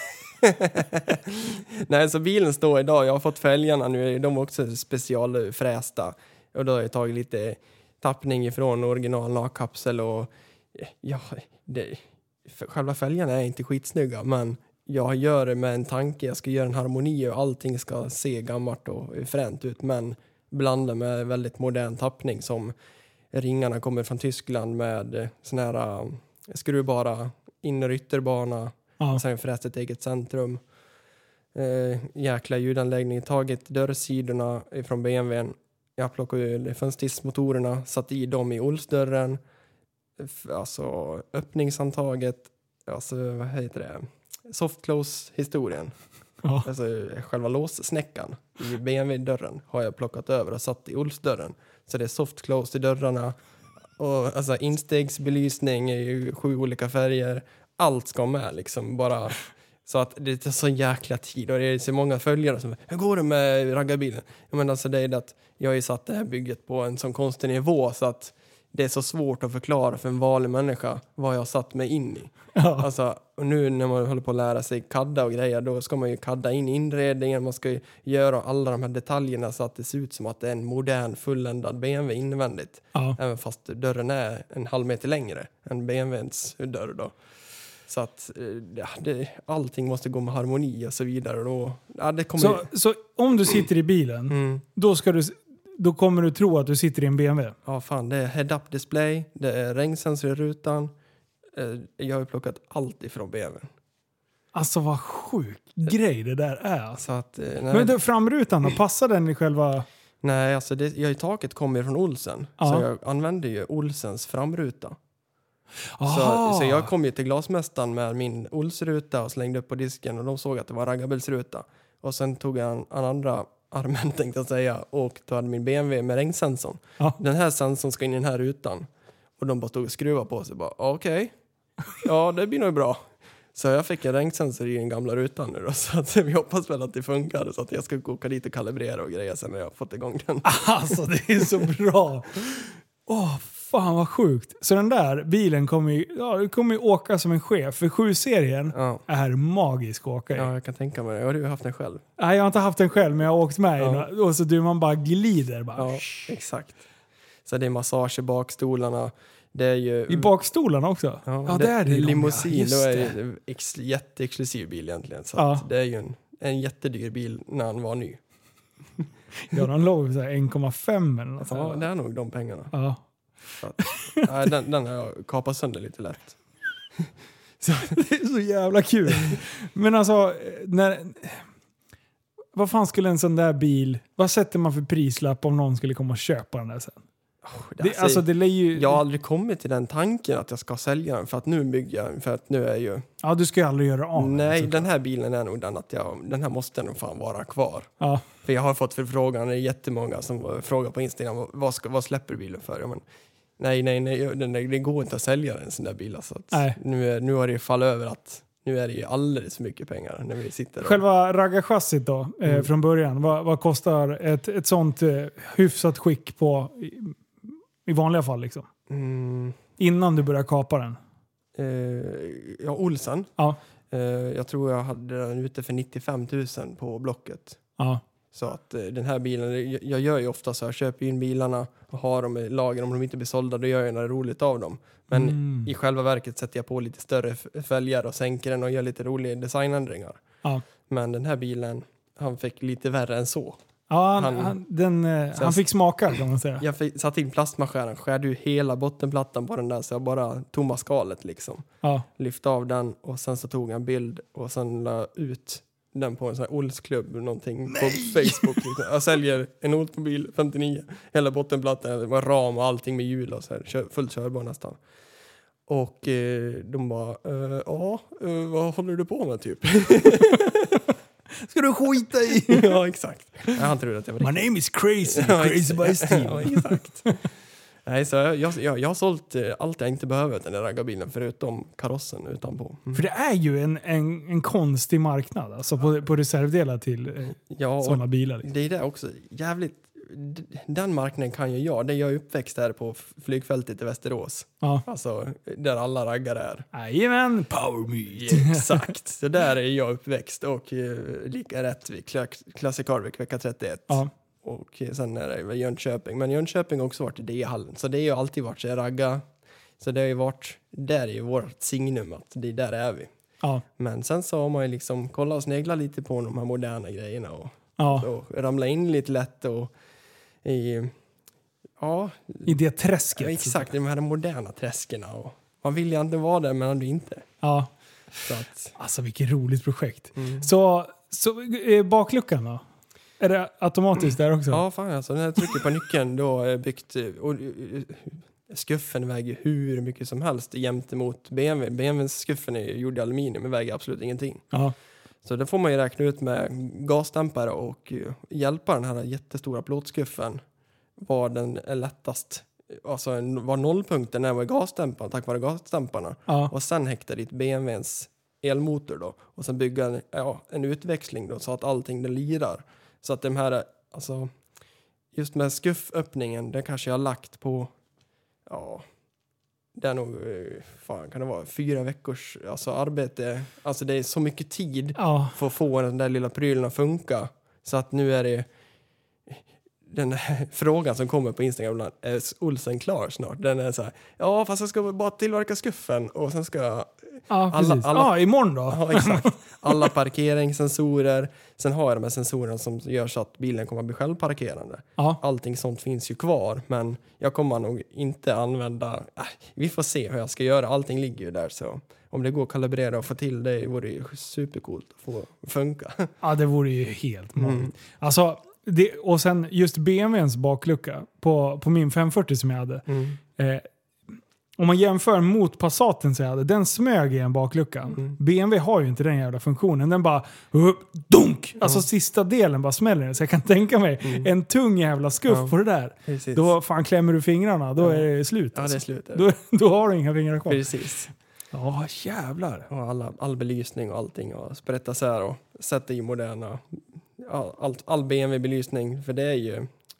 Nej, så bilen står idag. Jag har fått fälgarna nu. De är också specialfrästa. Och då har jag tagit lite tappning ifrån original nakkapsel och ja, det, själva fälgarna är inte skitsnygga, men jag gör det med en tanke. Jag ska göra en harmoni och allting ska se gammalt och fränt ut, men blanda med väldigt modern tappning som ringarna kommer från Tyskland med sån här uh, skruvbara inner ytterbana. Ja. Och sen fräst ett eget centrum. Uh, jäkla ljudanläggning. Tagit dörrsidorna från B M W:n. Jag plockade ur fönstersmotorerna. Satt i dem i Olsdörren. F- alltså öppningshandtaget. Alltså vad heter det? Soft close historien. Ja. Alltså själva låssnäckan i B M W-dörren har jag plockat över och satt i Olsdörren. Så det är soft close i dörrarna. Och alltså instegsbelysning i sju olika färger. Allt ska med liksom. Bara så att det tar så jäkla tid. Och det är så många följare som, hur går det med raggarbilen? Jag menar alltså det är att jag har ju satt det här bygget på en sån konstig nivå så att det är så svårt att förklara för en vanlig människa vad jag har satt mig in i. Ja. Alltså, och nu när man håller på att lära sig kadda och grejer, då ska man ju kadda in inredningen, man ska ju göra alla de här detaljerna så att det ser ut som att det är en modern fulländad B M W invändigt. Ja. Även fast dörren är en halv meter längre än B M W:s dörr då. Så att ja, det, allting måste gå med harmoni och så vidare. Och då, ja, det kommer Så, ju... så om du sitter i bilen, Mm. då, ska du, då kommer du tro att du sitter i en B M W? Ja, fan, det är head-up display, det är regnsensor i rutan. Jag har ju plockat allt ifrån B M W. Alltså vad sjuk grej det där är. Så att, nej, Men det, framrutan, då passar den i själva... nej, alltså det, jag, taket kommer från Olsen. Ja. Så jag använder ju Olsens framruta. Så, Aha. så jag kom ju till glasmästaren med min Olsruta och slängde upp på disken och de såg att det var raggarbilsruta. Och sen tog jag en, en andra armen tänkte jag säga och tog min B M W med regnsensorn. Ja. Den här sensorn ska in i den här rutan. Och de bara stod och skruvade på sig. Bara, okej. Okay. Ja, det blir nog bra. Så jag fick en regnsensor i den gamla rutan nu då. Så att vi hoppas väl att det funkar. Så att jag ska åka dit och kalibrera och grejer sen när jag har fått igång den. Alltså det är så bra. Åh, oh, fan vad sjukt. Så den där bilen kommer ju, ja, kommer ju åka som en chef. För sju-serien Ja. är magisk att åka i. Ja, jag kan tänka mig det. Har du haft den själv? Nej, jag har inte haft den själv, men jag har åkt med Ja. i den. Och så du, man bara glider. Bara. Ja, exakt. Så det är massage i bakstolarna. Det är ju... I bakstolarna också? Ja, Ja, det, där är det. limousin, Just då är det. det en ex, jätteexklusiv bil egentligen. Så Ja. att det är ju en, en jättedyr bil när han var ny. Ja, den låg så här en komma fem eller något. Ja, det är nog de pengarna. Ja. Så att, nej, den, den har jag kapat sönder lite lätt. Så, det är så jävla kul. Men alltså, när, vad fan skulle en sån där bil, vad sätter man för prislapp om någon skulle komma och köpa den där sen? Oh, det, Det, alltså, alltså, det lär ju, jag har aldrig kommit till den tanken att jag ska sälja den för att nu bygger jag, för att nu är ju... ja, du ska ju aldrig göra av med Nej, den, den här bilen är nog den att jag, den här måste nog fan vara kvar. Ja. För jag har fått förfrågan, det är jättemånga som frågar på Instagram, vad, ska, vad släpper bilen för? Ja, men, nej, nej, nej, den, det går inte att sälja en sån där bil. Alltså, Nej. nu, är, nu har det ju fallit över att nu är det ju alldeles för mycket pengar när vi sitter och... Själva raggarchassit då, eh, Mm. från början, vad, vad kostar ett, ett sånt eh, hyfsat skick på i, i vanliga fall liksom? Mm, Innan du börjar kapa den. eh, ja, Olsen. Ja. Eh, jag tror jag hade den ute för nittiofem tusen på Blocket. Ja. Så att eh, den här bilen, jag, jag gör ju ofta så, jag köper in bilarna och har dem i lager. Om de inte blir sålda, då gör jag något roligt av dem. Men Mm. i själva verket sätter jag på lite större f- fälgar och sänker den och gör lite roliga designändringar. Ja. Men den här bilen, han fick lite värre än så. Ja, han, Han- han, den, eh, Så han jag- fick smaka kan man säga. Jag fick, satt in plasmaskären, skärde ur hela bottenplattan på den där så jag bara tog maskalet liksom. Ja. Lyfte av den och sen så tog jag en bild och sen la ut den på en sån här Olsklubb någonting på Facebook. Liksom. Jag säljer en Oldsmobil femtionio, hela bottenplattan, det var ram och allting med hjul och så här, kör, fullt körbar nästan. Och eh, de bara, eh, ja, eh, vad håller du på med typ? Ska du skita i? Ja, exakt. Ja, han trodde att jag var My riktigt. name is crazy, Ja, crazy exakt. by Steve. Ja, exakt. Nej, så jag, jag, jag, jag har sålt eh, allt jag inte behöver till den där raggarbilen förutom karossen utanpå. Mm. För det är ju en, en, en konstig marknad alltså på, på reservdelar till eh, Ja, och sådana bilar. Liksom. det är det också. Jävligt, d- den marknaden kan ju jag. Det är jag uppväxt där på f- flygfältet i Västerås. Ja. Alltså, där alla raggare är. Jajamän, power meet. Exakt. Så där är jag uppväxt och eh, lika rätt vid Kla- Classic Arvik vecka trettioett. Ja. Och eh, sen är det väl Jönköping. Men Jönköping har också varit i D-hallen. Så det har ju alltid varit så ragga. Så det har ju varit, där är ju vårt signum att det där är vi. Ja. Men sen så har man ju liksom kollat och sneglat lite på de här moderna grejerna och, Ja. och ramla in lite lätt och i, ja, I det träsket. ja, exakt, de här moderna träskerna och man vill ju inte vara där men ändå inte. Ja. Så att, Alltså vilket roligt projekt. mm. Så, så eh, bakluckan då? Är det automatiskt där också? Ja, fan alltså, när jag trycker på nyckeln då är byggt och, och skuffen väger hur mycket som helst jämt emot B M W. B M W:s skuffen är gjord i aluminium men väger absolut ingenting. Ja. Så det får man ju räkna ut med gasdämpare och uh, hjälpa den här jättestora plåtskuffen var den är lättast. Alltså en, var nollpunkten är med gasdämparen tack vare gasdämparna. Ja. Och sen häkta dit B M W:s elmotor då. Och sen bygga en, ja, en utväxling då så att allting det lirar. Så att de här, alltså just med skufföppningen, det kanske jag har lagt på, ja, det är nog, eh, fan kan det vara, fyra veckors alltså, arbete. Alltså det är så mycket tid Ja. för att få den där lilla prylen att funka. Så att nu är det den här frågan som kommer på Instagram ibland, är Olsen klar snart? Den är så här, ja fast jag ska bara tillverka skuffen och sen ska Ja, Alla- precis. alla- Ja, imorgon då. ja, exakt. Alla parkeringssensorer. Sen har jag de här sensorerna som gör så att bilen kommer att bli självparkerande. Ja. Allting sånt finns ju kvar, men jag kommer nog inte använda... Äh, vi får se hur jag ska göra. Allting ligger ju där, så om det går att kalibrera och få till det vore ju supercoolt att få funka. Ja, det vore ju helt Mm. magiskt. Alltså, det, och sen just B M W:s baklucka på, på min femhundrafyrtio som jag hade. Mm. Eh, om man jämför mot Passaten som jag hade, den smög i en baklucka. Mm. B M W har ju inte den jävla funktionen. Den bara upp, dunk! Alltså Mm. sista delen bara smäller. Så jag kan tänka mig Mm. en tung jävla skuff Ja. på det där. Precis. Då fan klämmer du fingrarna, då Ja. är det slut. ja, det Alltså. är slut. Då, då har du inga fingrar kvar. Precis. Ja, jävlar. Och alla, all belysning och allting och sprätta så här och sätta i moderna all, allt, all B M W-belysning, för det är ju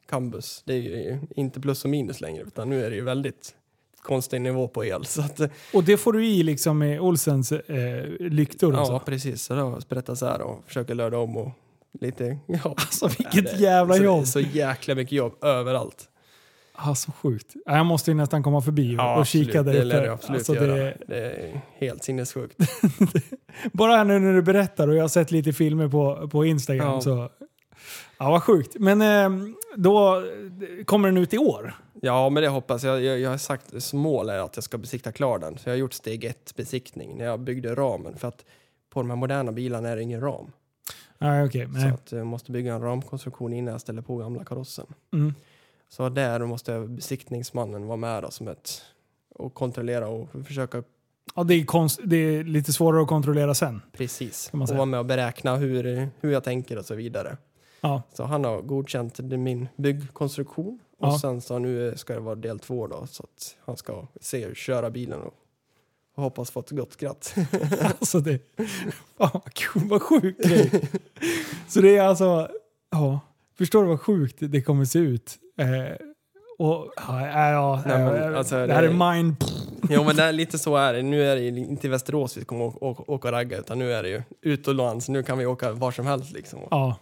Cambus. Det är ju inte plus och minus längre, utan nu är det ju väldigt konstig nivå på el. Så att, och det får du i liksom med Olsens eh, lyktor och ja, så? precis. Så då sprättar så här och försöker löda om och lite... Ja. Alltså vilket det, jävla så, jobb! Så jäkla mycket jobb överallt. Alltså sjukt. Jag måste ju nästan komma förbi och, Ja, och absolut. kika där Det ute. lär du absolut alltså, göra. det... det är helt sinnessjukt. Bara här nu när du berättar och jag har sett lite filmer på, på Instagram Ja. så... Ja, vad sjukt. Men eh, då kommer den ut i år? Ja, men det hoppas jag. Jag, jag har sagt som mål är att jag ska besikta klar den. Så jag har gjort steg ett besiktning när jag byggde ramen. För att på de här moderna bilarna är det ingen ram. Nej, okej. Så Nej. att jag måste bygga en ramkonstruktion innan jag ställer på gamla karossen. Mm. Så där måste jag, besiktningsmannen vara med då, som ett, och kontrollera och försöka Ja, det är, konst, det är lite svårare att kontrollera sen. precis. Kan man Och säga. vara med och beräkna hur, hur jag tänker och så vidare. Ja. Så han har godkänt min byggkonstruktion. Och Ja. sen så nu ska det vara del två då. Så att han ska se hur köra bilen och, och hoppas få ett gott skratt. Alltså det... Fan vad kul, vad sjukt grej. Så det är alltså... Ja, förstår du vad sjukt det kommer se ut? Eh, och... Ja, ja, Nej, men, ja, alltså, det här det- är mind... Jo, men det är lite så är det. Nu är det ju inte i Västerås vi kommer åka, åka, åka och ragga, utan nu är det ju utomlands. Nu kan vi åka var som helst liksom. Och, Ja.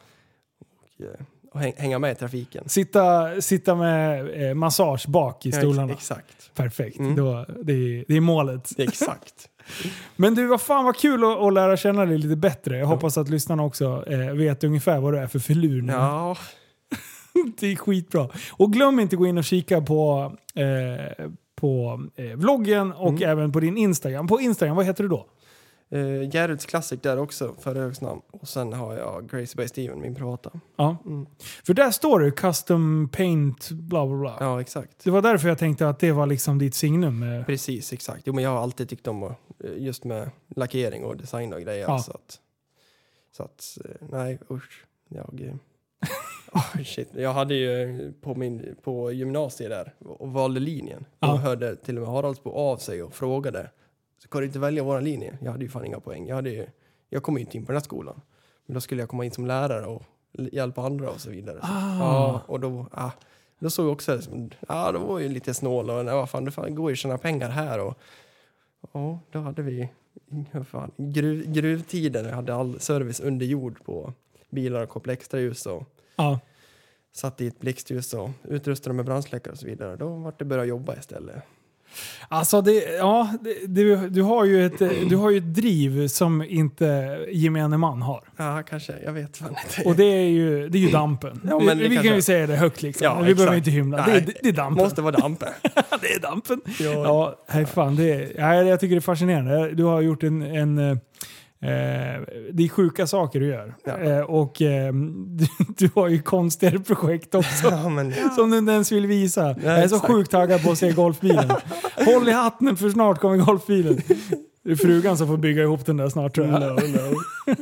och häng, hänga med i trafiken. Sitta, sitta med eh, massage bak i stolarna. Ja, exakt. Perfekt. Mm. Då, det, är, det är målet. Det är exakt. Men du, vad fan vad kul att, att lära känna dig lite bättre. Jag hoppas att lyssnarna också eh, vet ungefär vad du är för filur nu. Ja, Det är skitbra. Och glöm inte att gå in och kika på, eh, på eh, vloggen och Mm. även på din Instagram. På Instagram, vad heter du då? eh, Gerhards Classic där också, för högsnamn. Och sen har jag Gracie by Steven, min privata. Ja. Mm. För där står det custom paint bla bla bla. Ja, exakt. Det var därför jag tänkte att det var liksom ditt signum. eh. Precis, exakt. Jo, men jag har alltid tyckt om att, eh, just med lackering och design och grejer. Ja. Så att, så att, eh, nej usch. Jag, eh, oh, shit. Jag hade ju på, min, på gymnasiet där och valde linjen. Ja. Och hörde till och med Haraldsbo av sig och frågade. Så kan du inte välja våran linje? Jag hade ju fan inga poäng. Jag, hade ju, jag kom ju inte in på den här skolan. Men då skulle jag komma in som lärare och hjälpa andra och så vidare. Så, Ah. ja, och då... Ah, Då såg jag också, ja, det var ju lite snål och ja, fan, det fan, går ju tjäna pengar här och ja, då hade vi fan, gruv, gruvtiden, jag hade all service under jord på bilar och koppla extra ljus och Ja. satt i ett blixtljus och utrustade med brandsläckare och så vidare. Då var det börja jobba istället. Alltså, det, ja, det, du, du, har ju ett, du har ju ett driv som inte gemene man har. Ja, kanske, jag vet fan inte. Och det är ju, det är ju dampen. Ja, men vi det vi kan kanske- ju säga det högt liksom. Ja, vi exakt. behöver inte hymla. Det, är- Nej. det är dampen. Måste vara dampen. det är dampen. Ja. Ja, hej fan. Det är, ja, jag tycker det är fascinerande. Du har gjort en... en eh, det är sjuka saker du gör. Ja. Eh, och eh, du, du har ju konstigare projekt också. Ja, men, Som du inte ens vill visa. jag är så exakt. sjukt taggad på att se golfbilen. Håll i hatten för snart kommer golfbilen. Det är frugan som får bygga ihop den där snart tror jag. no, no.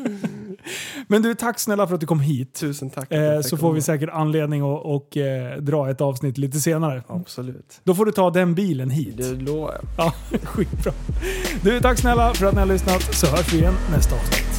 Men du, tack snälla för att du kom hit. Tusen tack. att jag Eh, fick så får komma. vi säkert anledning att och, eh, dra ett avsnitt lite senare. Absolut. Då får du ta den bilen hit. Det lovar jag. Ja, skitbra. Du, tack snälla för att ni har lyssnat, så hörs vi igen nästa avsnitt.